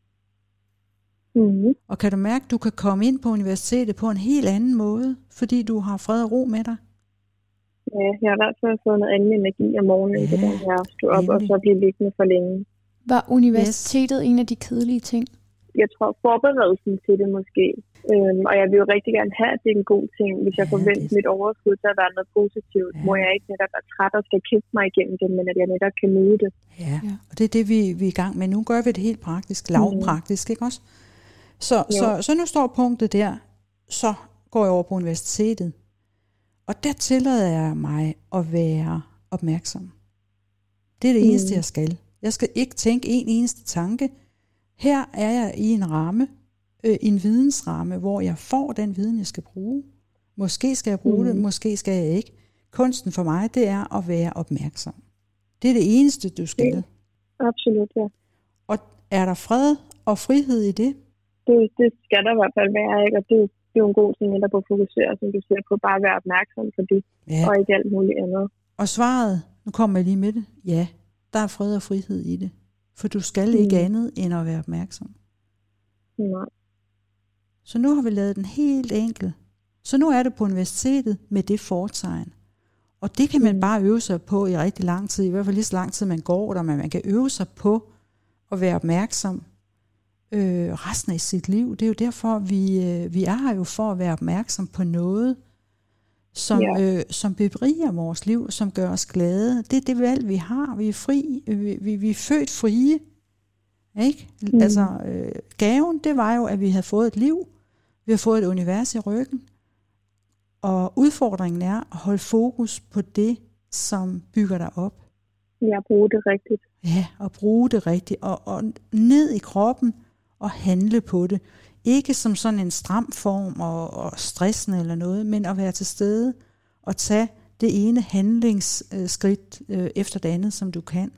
Mm. Og kan du mærke, at du kan komme ind på universitetet på en helt anden måde, fordi du har fred og ro med dig? Ja, jeg har i hvert fald fået noget anden energi om morgenen, ja, den her stod op nemlig. Og så blive liggende for længe. Var universitetet yes. en af de kedelige ting? Jeg tror forberedelsen til det måske. Øhm, og jeg vil jo rigtig gerne have, at det er en god ting, hvis jeg ja, forventer det. Mit overskud til at være noget positivt, ja. Hvor jeg ikke netop er træt og skal kæmpe mig igennem det, men at jeg netop kan nyde det. Ja, ja. Og det er det, vi, vi er i gang med. Nu gør vi det helt praktisk, lavpraktisk, mm. ikke også? Så, så, så nu står punktet der, så går jeg over på universitetet. Og der tillader jeg mig at være opmærksom. Det er det mm. eneste, jeg skal. Jeg skal ikke tænke en eneste tanke. Her er jeg i en ramme, øh, en vidensramme, hvor jeg får den viden, jeg skal bruge. Måske skal jeg bruge mm. det, måske skal jeg ikke. Kunsten for mig, det er at være opmærksom. Det er det eneste, du skal. Det, absolut, ja. Og er der fred og frihed i det? Det, det skal der i hvert fald være, ikke? Og det Det er jo en god ting, at at fokusere, som du siger, på bare at være opmærksom på det, ja. Og ikke alt muligt andet. Og svaret, nu kommer jeg lige med det, ja, der er fred og frihed i det. For du skal mm. ikke andet end at være opmærksom. Nej. Så nu har vi lavet den helt enkel. Så nu er det på universitetet med det fortegn. Og det kan man mm. bare øve sig på i rigtig lang tid, i hvert fald lige så lang tid man går der, men man kan øve sig på at være opmærksom Øh, resten af sit liv. Det er jo derfor, vi, øh, vi er her jo for at være opmærksom på noget, som, ja. øh, som beriger vores liv, som gør os glade. Det er det valg, vi har. Vi er fri. Vi, vi, vi er født frie. Ikke? Mm. Altså, øh, gaven, det var jo, at vi havde fået et liv. Vi har fået et univers i ryggen. Og udfordringen er at holde fokus på det, som bygger dig op. Ja, bruge det rigtigt. Ja, og bruge det rigtigt. Og, og ned i kroppen, og handle på det. Ikke som sådan en stram form og, og stressen eller noget, men at være til stede og tage det ene handlingsskridt øh, efter det andet, som du kan.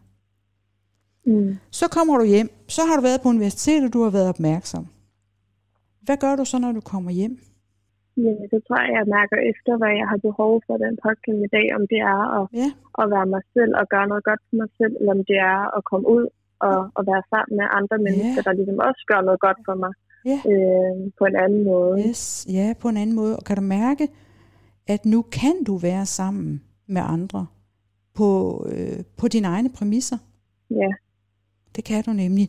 Mm. Så kommer du hjem. Så har du været på universitetet, og du har været opmærksom. Hvad gør du så, når du kommer hjem? Ja, så tror jeg, jeg mærker efter, hvad jeg har behov for den pågældende dag, om det er at, ja. At være mig selv og gøre noget godt for mig selv, eller om det er at komme ud og, og være sammen med andre mennesker, yeah. der ligesom også gør noget godt for mig yeah. øh, på en anden måde. Yes. Ja, på en anden måde. Og kan du mærke, at nu kan du være sammen med andre på, øh, på dine egne præmisser? Ja. Det kan du nemlig.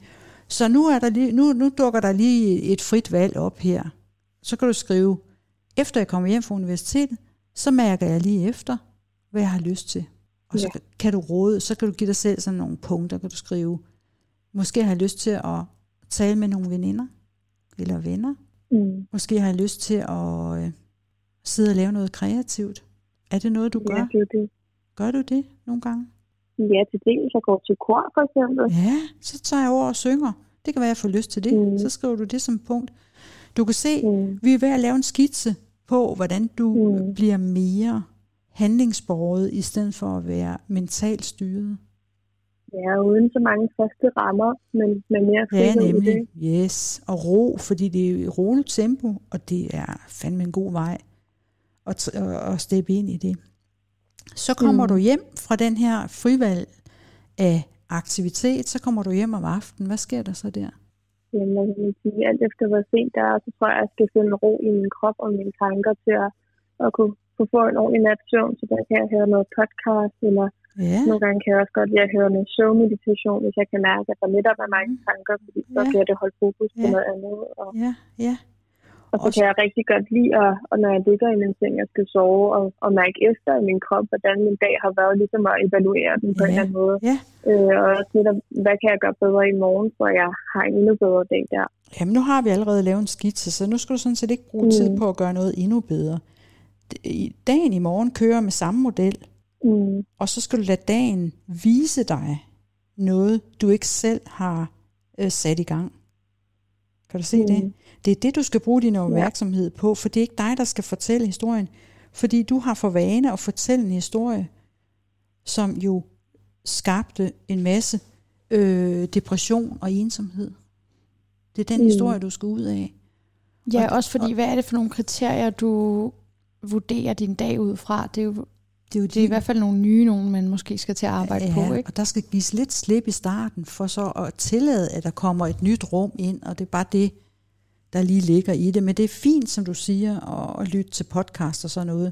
Så nu, er der lige, nu, nu dukker der lige et frit valg op her. Så kan du skrive, efter jeg kommer hjem fra universitetet, så mærker jeg lige efter, hvad jeg har lyst til. Og så ja. kan du råde, så kan du give dig selv sådan nogle punkter, kan du skrive, måske har jeg lyst til at tale med nogle veninder, eller venner. Mm. Måske har jeg lyst til at øh, sidde og lave noget kreativt. Er det noget, du gør? Ja, det er det. Gør du det nogle gange? Ja, til dels. Jeg går til kor, for eksempel. Ja, så tager jeg over og synger. Det kan være, jeg får lyst til det. Mm. Så skriver du det som punkt. Du kan se, mm. vi er ved at lave en skitse på, hvordan du mm. bliver mere handlingsbåret, i stedet for at være mentalt styret. Ja, uden så mange faste rammer, men med mere frihed. Ja, nemlig. Yes. Og ro, fordi det er i roligt tempo, og det er fandme en god vej at, at, at steppe ind i det. Så kommer mm. du hjem fra den her frivalg af aktivitet, så kommer du hjem om aftenen. Hvad sker der så der? Jamen, jeg kan sige, alt efter hvor sent der er, så tror jeg, at jeg skal finde ro i min krop og mine tanker til at, at kunne, kunne få en ordentlig natsøvn. Så der kan jeg høre noget podcast, eller ja. nogle gange kan jeg også godt lide at høre noget søvnmeditation, hvis jeg kan mærke, at der netop er mange tanker, fordi så ja. kan det holde fokus på ja. noget andet. Og, ja, ja. Og så kan jeg rigtig godt lide, at, at når jeg ligger i min seng og skal sove, og, og mærke efter i min krop, hvordan min dag har været, ligesom at evaluere den på ja. en eller anden måde. Ja. Øh, og også netop, hvad kan jeg gøre bedre i morgen, så jeg har en endnu bedre dag der. Jamen nu har vi allerede lavet en skitse, så nu skal du sådan set ikke bruge mm. tid på at gøre noget endnu bedre. Dagen i morgen kører med samme model, mm. og så skal du lade dagen vise dig noget, du ikke selv har øh, sat i gang. Kan du se mm. det? Det er det, du skal bruge din opmærksomhed ja. på, for det er ikke dig, der skal fortælle historien. Fordi du har for vane at fortælle en historie, som jo skabte en masse øh, depression og ensomhed. Det er den mm. historie, du skal ud af. Ja, og, også fordi, og, hvad er det for nogle kriterier, du vurderer din dag ud fra? Det er jo, det er, jo det er i hvert fald nogle nye, nogen man måske skal til at arbejde ja, på, ikke? Og der skal gives lidt slip i starten, for så at tillade, at der kommer et nyt rum ind, og det er bare det, der lige ligger i det. Men det er fint, som du siger, at, at lytte til podcast og sådan noget.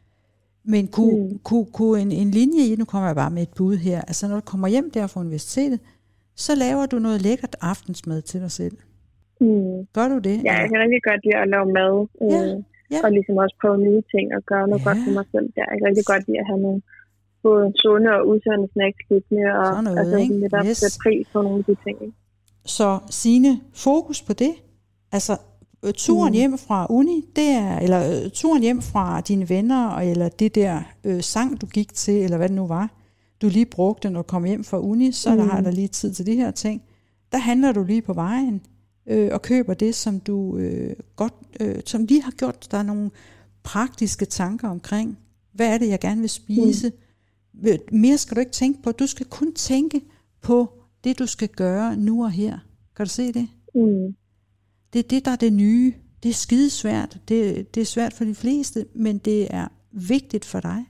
Men kunne, mm. kunne, kunne en, en linje i, nu kommer jeg bare med et bud her, altså når du kommer hjem der fra universitetet, så laver du noget lækkert aftensmad til dig selv. Mm. Gør du det? Ja, jeg kan rigtig godt lide at lave mad, ja, øh, ja. og ligesom også prøve nye ting og gøre noget ja. godt for mig selv der. Jeg kan rigtig godt lide at have nogle både sunde og usunde snacks liggende, og sådan noget, altså, ikke? netop Yes. sætte pris på nogle af de ting. Ikke? Så Signe, fokus på det. Altså turen mm. hjem fra uni, det er, eller øh, turen hjem fra dine venner, eller det der øh, sang, du gik til, eller hvad det nu var, du lige brugte, når du kom hjem fra uni, så mm. der har der lige tid til de her ting. Der handler du lige på vejen, øh, og køber det, som du øh, godt, øh, som lige har gjort der nogle praktiske tanker omkring. Hvad er det, jeg gerne vil spise? Mm. Mere skal du ikke tænke på. Du skal kun tænke på det, du skal gøre nu og her. Kan du se det? Mm. Det er det, der er det nye. Det er skidesvært. Det, det er svært for de fleste, men det er vigtigt for dig.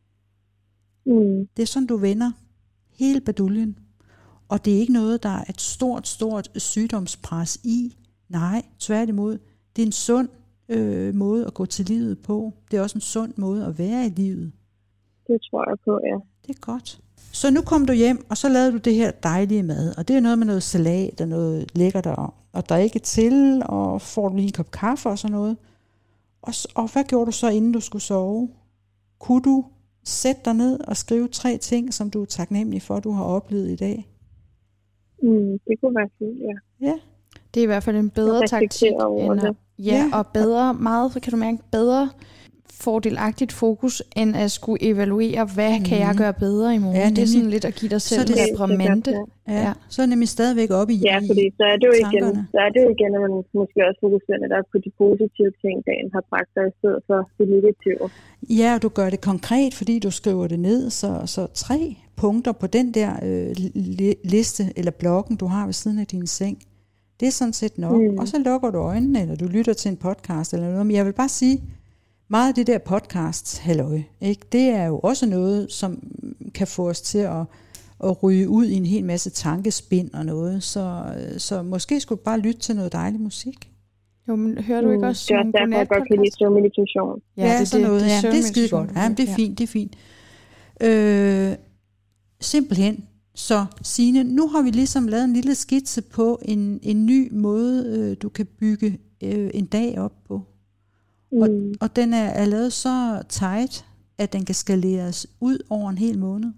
Mm. Det er sådan, du vender hele baduljen. Og det er ikke noget, der er et stort, stort sygdomspres i. Nej, tværtimod. Det er en sund øh, måde at gå til livet på. Det er også en sund måde at være i livet. Det tror jeg på, ja. Det er godt. Så nu kom du hjem, og så lavede du det her dejlige mad. Og det er noget med noget salat og noget lækkert og, og drikke til, og får du lige en kop kaffe og sådan noget. Og, og hvad gjorde du så, inden du skulle sove? Kunne du sætte dig ned og skrive tre ting, som du er taknemmelig for, du har oplevet i dag? Mm, det kunne være fint, ja. Ja. Det er i hvert fald en bedre taktik end at, ja, ja, og bedre, meget, så kan du mærke, bedre fordelagtigt fokus, end at skulle evaluere, hvad mm. kan jeg gøre bedre i morgen. Ja, det er sådan lidt at give dig selv en reprimande. Ja, ja. Så er nemlig stadigvæk oppe i Ja, fordi så er det jo igen, så er det jo igen, at man måske også fokuserer der på de positive ting, dagen har bragt dig, i stedet for det negative. Ja, og du gør det konkret, fordi du skriver det ned, så, så tre punkter på den der øh, liste, eller blokken, du har ved siden af din seng. Det er sådan set nok. Mm. Og så lukker du øjnene, eller du lytter til en podcast, eller noget. Men jeg vil bare sige, meget af det der podcast, halløj, ikke? Det er jo også noget, som kan få os til at, at ryge ud i en hel masse tankespind og noget. Så, så måske skulle du bare lytte til noget dejlig musik. Jo, men hører du ikke også mm, nogle godnat-podcast? Det er derfor, jeg godt kan lide søvnmeditation. Ja, ja, det er sådan noget. Det, ja, det er skide godt. Ja, men det er fint, det er fint. Øh, simpelthen, Så Signe, nu har vi ligesom lavet en lille skitse på en, en ny måde, øh, du kan bygge øh, en dag op på. Mm. Og, og den er, er lavet så tight, at den kan skaleres ud over en hel måned.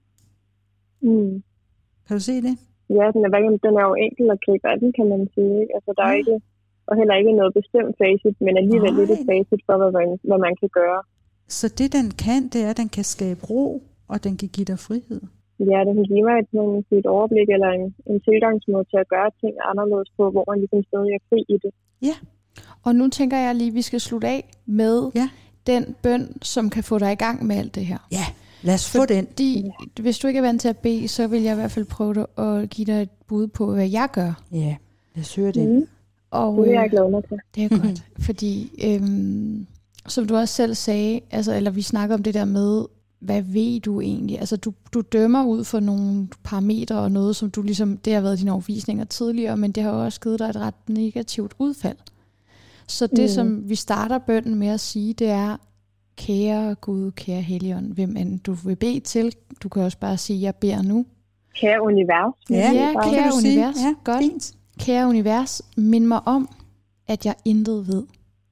Mm. Kan du se det? Ja, den er, den er jo enkel at gribe af den, kan man sige. Ikke? Altså, der er ikke, og heller ikke noget bestemt facit, men alligevel lidt et facit for, hvad man, hvad man kan gøre. Så det, den kan, det er, at den kan skabe ro, og den kan give dig frihed. Ja, den kan give mig et, et overblik eller en, en tilgangsmåde til at gøre ting anderledes på, hvor man ligesom stadig er fri i det. Ja, og nu tænker jeg lige, at vi skal slutte af med ja. den bøn, som kan få dig i gang med alt det her. Ja, lad os få den. Fordi, hvis du ikke er vant til at bede, så vil jeg i hvert fald prøve at give dig et bud på, hvad jeg gør. Ja, lad os høre det. Mm. Og, det er jeg glad mig til. Det er godt, fordi øhm, som du også selv sagde, altså, eller vi snakker om det der med, hvad ved du egentlig? Altså du, du dømmer ud for nogle parametre og noget, som du ligesom, det har været dine overvisninger tidligere, men det har jo også givet dig et ret negativt udfald. Så det, mm. som vi starter bønnen med at sige, det er, kære Gud, kære Helligånd, hvem end du vil bede til. Du kan også bare sige, jeg beder nu. Kære univers. Ja, ja kære univers. Ja, godt. Fint. Kære univers, mind mig om, at jeg intet ved.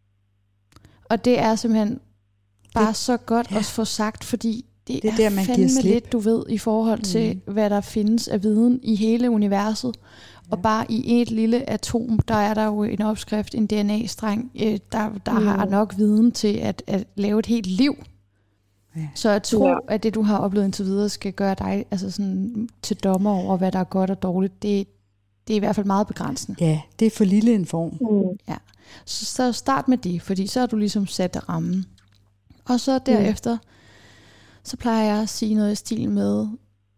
Og det er simpelthen bare det, så godt ja. at få sagt, fordi det, det er, der, man fandme lidt, du ved, i forhold til, mm. hvad der findes af viden i hele universet. Ja. Og bare i et lille atom, der er der jo en opskrift, en D N A-streng, øh, der, der mm. har nok viden til at, at lave et helt liv. Ja. Så at tro, ja. at det, du har oplevet indtil videre, skal gøre dig altså sådan, til dommer over, hvad der er godt og dårligt, det, det er i hvert fald meget begrænsende. Ja, det er for lille en form. Mm. Ja. Så, så start med det, fordi så har du ligesom sat rammen. Og så derefter, mm. så plejer jeg at sige noget i stil med,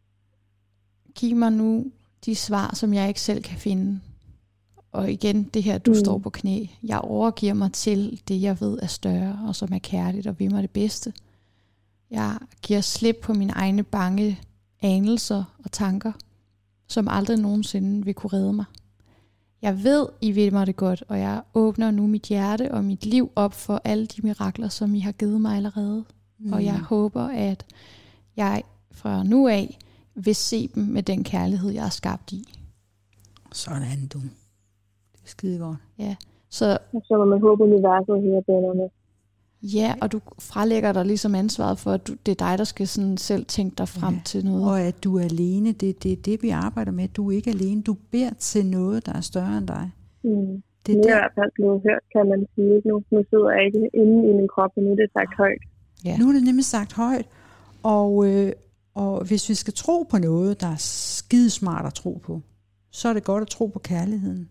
giv mig nu de svar, som jeg ikke selv kan finde. Og igen, det her, du mm. står på knæ. Jeg overgiver mig til det, jeg ved er større, og som er kærligt, og vil mig det bedste. Jeg giver slip på mine egne bange anelser og tanker, som aldrig nogensinde vil kunne redde mig. Jeg ved, I vil mig det godt, og jeg åbner nu mit hjerte og mit liv op for alle de mirakler, som I har givet mig allerede. Mm. Og jeg håber, at jeg fra nu af vil se dem med den kærlighed, jeg er skabt i. Sådan, du. Det er skide godt. Ja, så, så må man håbe, at universet her bønderne. Ja, og du frelægger dig ligesom ansvaret for, at du, det er dig, der skal sådan selv tænke dig frem ja. til noget. Og at du er alene, det er det, det, vi arbejder med. Du er ikke alene, du beder til noget, der er større end dig. Mm. Det er, det er i hvert fald blevet hørt, kan man sige. Nu, nu sidder jeg ikke inde i min krop, og nu er det sagt højt. Ja. Nu er det nemlig sagt højt, og, øh, og hvis vi skal tro på noget, der er skidesmart at tro på, så er det godt at tro på kærligheden.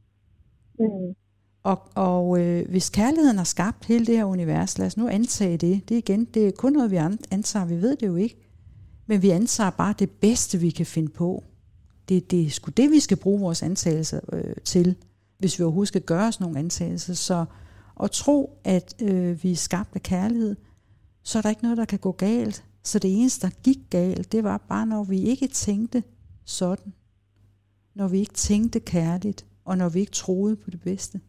Mm. Og, og øh, hvis kærligheden har skabt hele det her univers, lad os nu antage det. Det er igen, det er kun noget, vi antager. Vi ved det jo ikke. Men vi antager bare det bedste, vi kan finde på. Det, det er sgu det, vi skal bruge vores antagelser øh, til, hvis vi overhovedet skal gøre os nogle antagelser. Så at tro, at øh, vi er skabt af kærlighed, så er der ikke noget, der kan gå galt. Så det eneste, der gik galt, det var bare, når vi ikke tænkte sådan. Når vi ikke tænkte kærligt, og når vi ikke troede på det bedste.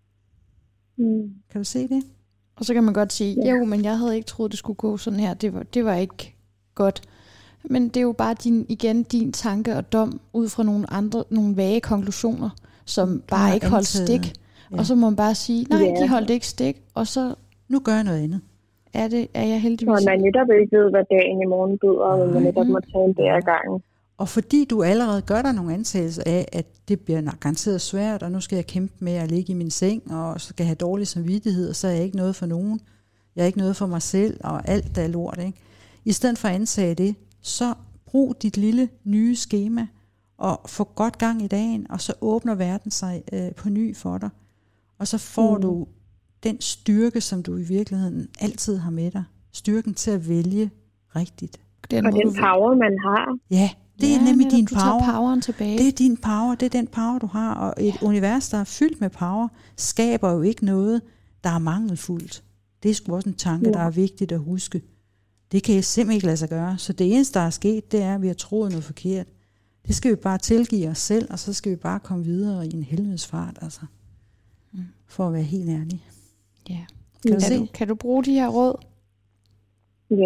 Mm. Kan du se det? Og så kan man godt sige, ja. jo, men jeg havde ikke troet, det skulle gå sådan her. Det var, det var ikke godt. Men det er jo bare din, igen din tanke og dom ud fra nogle andre, nogle vage konklusioner, som bare ikke holdt stik. Ja. Og så må man bare sige, nej, ja. de holdt ikke stik. Og så nu gør jeg noget andet. Er, det, er jeg heldigvis. Og man netop ikke ved, hvad dagen i morgen byder, og man netop må tage en dag ad gangen. Og fordi du allerede gør dig nogle antagelser af, at det bliver garanteret svært, og nu skal jeg kæmpe med at ligge i min seng, og så skal jeg have dårlig samvittighed, og så er jeg ikke noget for nogen. Jeg er ikke noget for mig selv, og alt der er lort. Ikke? I stedet for at antage det, så brug dit lille nye skema, og få godt gang i dagen, og så åbner verden sig øh, på ny for dig. Og så får mm. du den styrke, som du i virkeligheden altid har med dig. Styrken til at vælge rigtigt. Den og den power, man har. Ja, det er ja, nemlig din du power. Poweren tilbage. Det er din power, det er den power, du har. Og et ja. univers, der er fyldt med power, skaber jo ikke noget, der er mangelfuldt. Det er sgu også en tanke, ja. der er vigtigt at huske. Det kan jeg simpelthen ikke lade sig gøre. Så det eneste, der er sket, det er, at vi har troet noget forkert. Det skal vi bare tilgive os selv, og så skal vi bare komme videre i en helvedes fart, altså. Mm. For at være helt ærlig. Ja. Kan, kan, du, kan du bruge de her råd? Ja.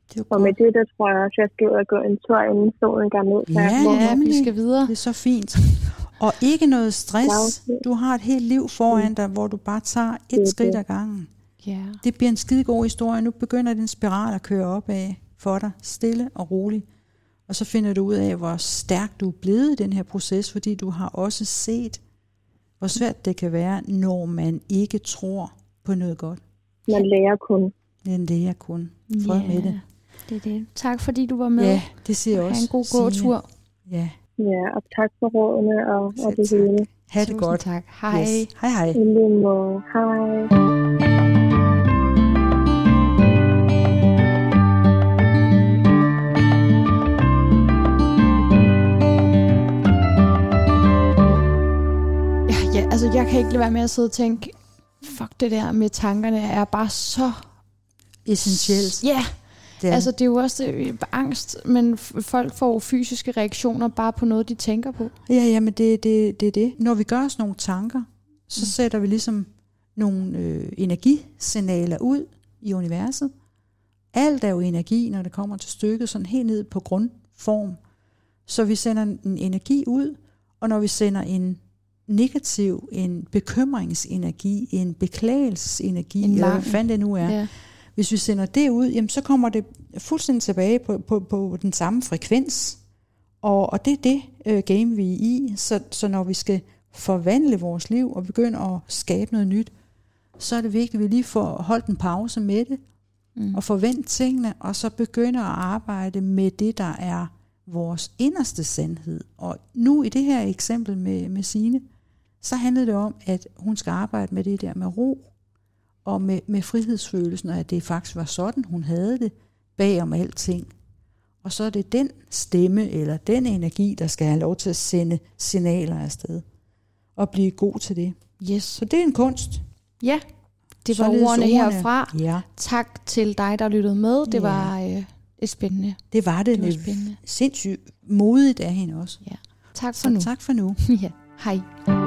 Det og med det, der tror jeg også, jeg skal ud og gå en tur inden solen går ned. Ja, Ja, vi skal videre. Det er så fint. Og ikke noget stress. Du har et helt liv foran dig, hvor du bare tager et skridt ad gangen. Ja. Det bliver en skide god historie. Nu begynder den spiral at køre op af for dig, stille og roligt. Og så finder du ud af, hvor stærk du er blevet i den her proces, fordi du har også set, hvor svært det kan være, når man ikke tror på noget godt. Man lærer kun. Den lærer kun. Fred Ja, med det. det er det. Tak fordi du var med. Ja, det siger jeg også. Ha' en god Signe. gåtur. Ja, Ja, og tak for rådene og, og det Selv tak. hele. ha' det Tusind godt. tak. Hej. Yes. Hej hej. I lige måde. Hej. Ja, ja, altså jeg kan ikke lade være med at sidde og tænke, fuck, det der med tankerne er bare så... Essentielt. Ja, Det er altså det er jo også øh, angst, men f- folk får fysiske reaktioner bare på noget, de tænker på. Ja, ja, men det er det, det, det. Når vi gør os nogle tanker, så Mm. sætter vi ligesom nogle øh, energisignaler ud i universet. Alt er jo energi, når det kommer til stykket, sådan helt ned på grundform. Så vi sender en energi ud, og når vi sender en negativ, en bekymringsenergi, en beklagelsesenergi, En eller hvad mangel. fanden det nu er, Ja. hvis vi sender det ud, jamen så kommer det fuldstændig tilbage på, på, på den samme frekvens. Og, og det er det øh, game, vi er i. Så, så når vi skal forvandle vores liv og begynde at skabe noget nyt, så er det vigtigt, at vi lige får holdt en pause med det, Mm. og forvente tingene, og så begynde at arbejde med det, der er vores inderste sandhed. Og nu i det her eksempel med, med Signe, så handlede det om, at hun skal arbejde med det der med ro, og med, med frihedsfølelsen, og at det faktisk var sådan, hun havde det, bag om alting. Og så er det den stemme, eller den energi, der skal have lov til at sende signaler afsted, og blive god til det. Yes. Så det er en kunst. Ja, det var Således ordene herfra. Ja, Tak til dig, der lyttede med. Det Ja. var øh, et spændende. det var det. Det var Det spændende. sindssygt modigt af hende også. Tak for Så nu. tak for nu. Ja. Hej.